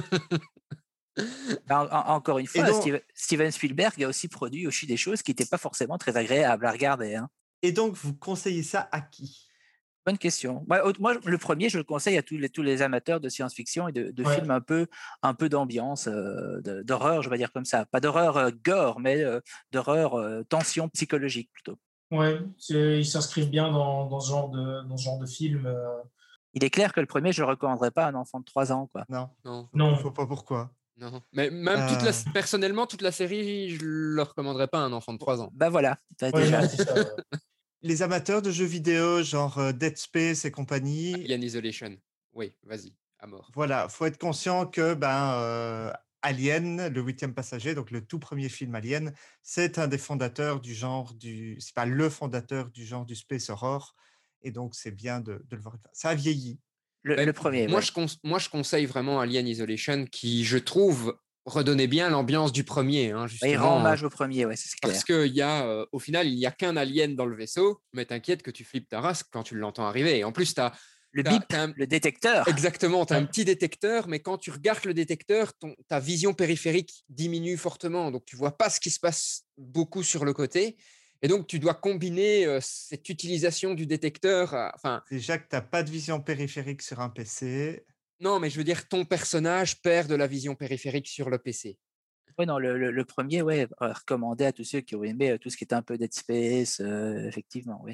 [SPEAKER 8] Encore une fois, donc, Steven Spielberg a aussi produit des choses qui n'étaient pas forcément très agréables à regarder.
[SPEAKER 7] Et donc, vous conseillez ça à qui?
[SPEAKER 8] Bonne question. Moi, le premier, je le conseille à tous les amateurs de science-fiction et de films un peu d'ambiance, d'horreur, je vais dire comme ça. Pas d'horreur gore, mais d'horreur tension psychologique plutôt.
[SPEAKER 9] Ouais, ils s'inscrivent bien dans ce genre de film.
[SPEAKER 8] Il est clair que le premier, je ne le recommanderais pas à un enfant de 3 ans. Quoi.
[SPEAKER 7] Non.
[SPEAKER 9] Non.
[SPEAKER 7] Je ne vois pas pourquoi.
[SPEAKER 6] Non. Mais même personnellement, toute la série, je ne le recommanderais pas à un enfant de 3 ans.
[SPEAKER 8] Bah voilà. Déjà.
[SPEAKER 9] C'est ça,
[SPEAKER 7] Les amateurs de jeux vidéo, genre Dead Space et compagnie.
[SPEAKER 6] Alien Isolation. Oui, vas-y, à mort.
[SPEAKER 7] Voilà, faut être conscient que Alien, le 8e passager, donc le tout premier film Alien, c'est un des fondateurs du genre c'est pas le fondateur du genre du space horror, et donc c'est bien de le voir. Ça a vieilli.
[SPEAKER 8] Le premier.
[SPEAKER 6] Moi, je conseille vraiment Alien Isolation, qui, je trouve, redonnait bien l'ambiance du premier.
[SPEAKER 8] Il rend hommage au premier, c'est clair.
[SPEAKER 6] Parce qu'il y a, au final, il n'y a qu'un alien dans le vaisseau, mais t'inquiète que tu flippes ta race quand tu l'entends arriver. Et en plus, tu as
[SPEAKER 8] le bip, le détecteur.
[SPEAKER 6] Exactement, tu as un petit détecteur, mais quand tu regardes le détecteur, ta vision périphérique diminue fortement, donc tu vois pas ce qui se passe beaucoup sur le côté. Et donc, tu dois combiner cette utilisation du détecteur.
[SPEAKER 7] Déjà que tu n'as pas de vision périphérique sur un PC.
[SPEAKER 6] Non, mais je veux dire, ton personnage perd de la vision périphérique sur le PC.
[SPEAKER 8] Oui, non, le premier, recommandé à tous ceux qui ont aimé tout ce qui était un peu Dead Space, effectivement, oui.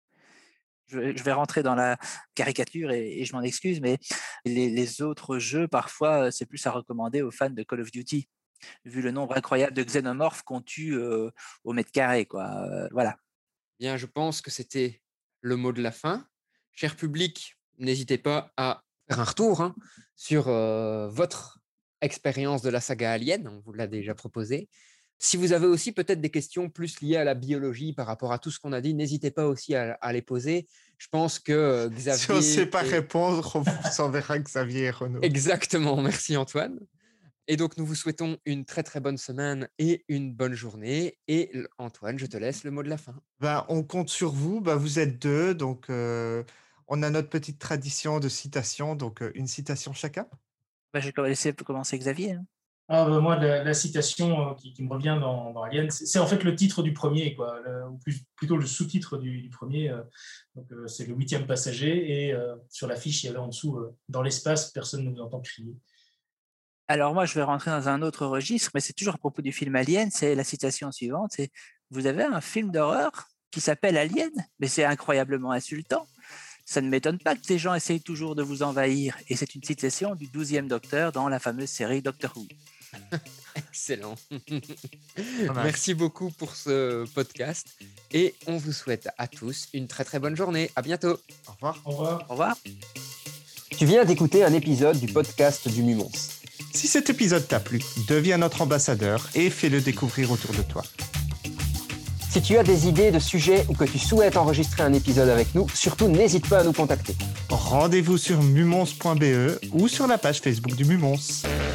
[SPEAKER 8] Je vais rentrer dans la caricature et je m'en excuse, mais les autres jeux, parfois, c'est plus à recommander aux fans de Call of Duty, vu le nombre incroyable de xénomorphes qu'on tue au mètre carré, quoi. Voilà.
[SPEAKER 6] Bien, je pense que c'était le mot de la fin. Cher public, n'hésitez pas à faire un retour sur votre expérience de la saga Alien. On vous l'a déjà proposé. Si vous avez aussi peut-être des questions plus liées à la biologie par rapport à tout ce qu'on a dit, n'hésitez pas aussi à les poser. Je pense que Xavier...
[SPEAKER 7] Si on ne sait pas répondre, on vous enverra Xavier et Renaud.
[SPEAKER 6] Exactement, merci Antoine. Et donc, nous vous souhaitons une très très bonne semaine et une bonne journée. Et Antoine, je te laisse le mot de la fin.
[SPEAKER 7] On compte sur vous. Vous êtes 2, donc on a notre petite tradition de citation, donc une citation chacun.
[SPEAKER 8] Je vais laisser commencer Xavier.
[SPEAKER 9] Moi, la citation qui me revient dans Alien, c'est en fait le titre du premier, quoi, ou plutôt le sous-titre du premier. C'est le 8e passager, et sur l'affiche, il y avait en dessous, dans l'espace, personne ne vous entend crier.
[SPEAKER 8] Alors moi, je vais rentrer dans un autre registre, mais c'est toujours à propos du film Alien. C'est la citation suivante, c'est « Vous avez un film d'horreur qui s'appelle Alien, mais c'est incroyablement insultant. Ça ne m'étonne pas que les gens essayent toujours de vous envahir. » Et c'est une citation du 12e Docteur dans la fameuse série Doctor Who.
[SPEAKER 6] Excellent. Merci beaucoup pour ce podcast et on vous souhaite à tous une très très bonne journée. À bientôt.
[SPEAKER 7] Au revoir.
[SPEAKER 9] Au revoir.
[SPEAKER 8] Au revoir.
[SPEAKER 6] Tu viens d'écouter un épisode du podcast du Mumons.
[SPEAKER 7] Si cet épisode t'a plu, deviens notre ambassadeur et fais-le découvrir autour de toi.
[SPEAKER 6] Si tu as des idées de sujets ou que tu souhaites enregistrer un épisode avec nous, surtout n'hésite pas à nous contacter.
[SPEAKER 7] Rendez-vous sur mumons.be ou sur la page Facebook du Mumons.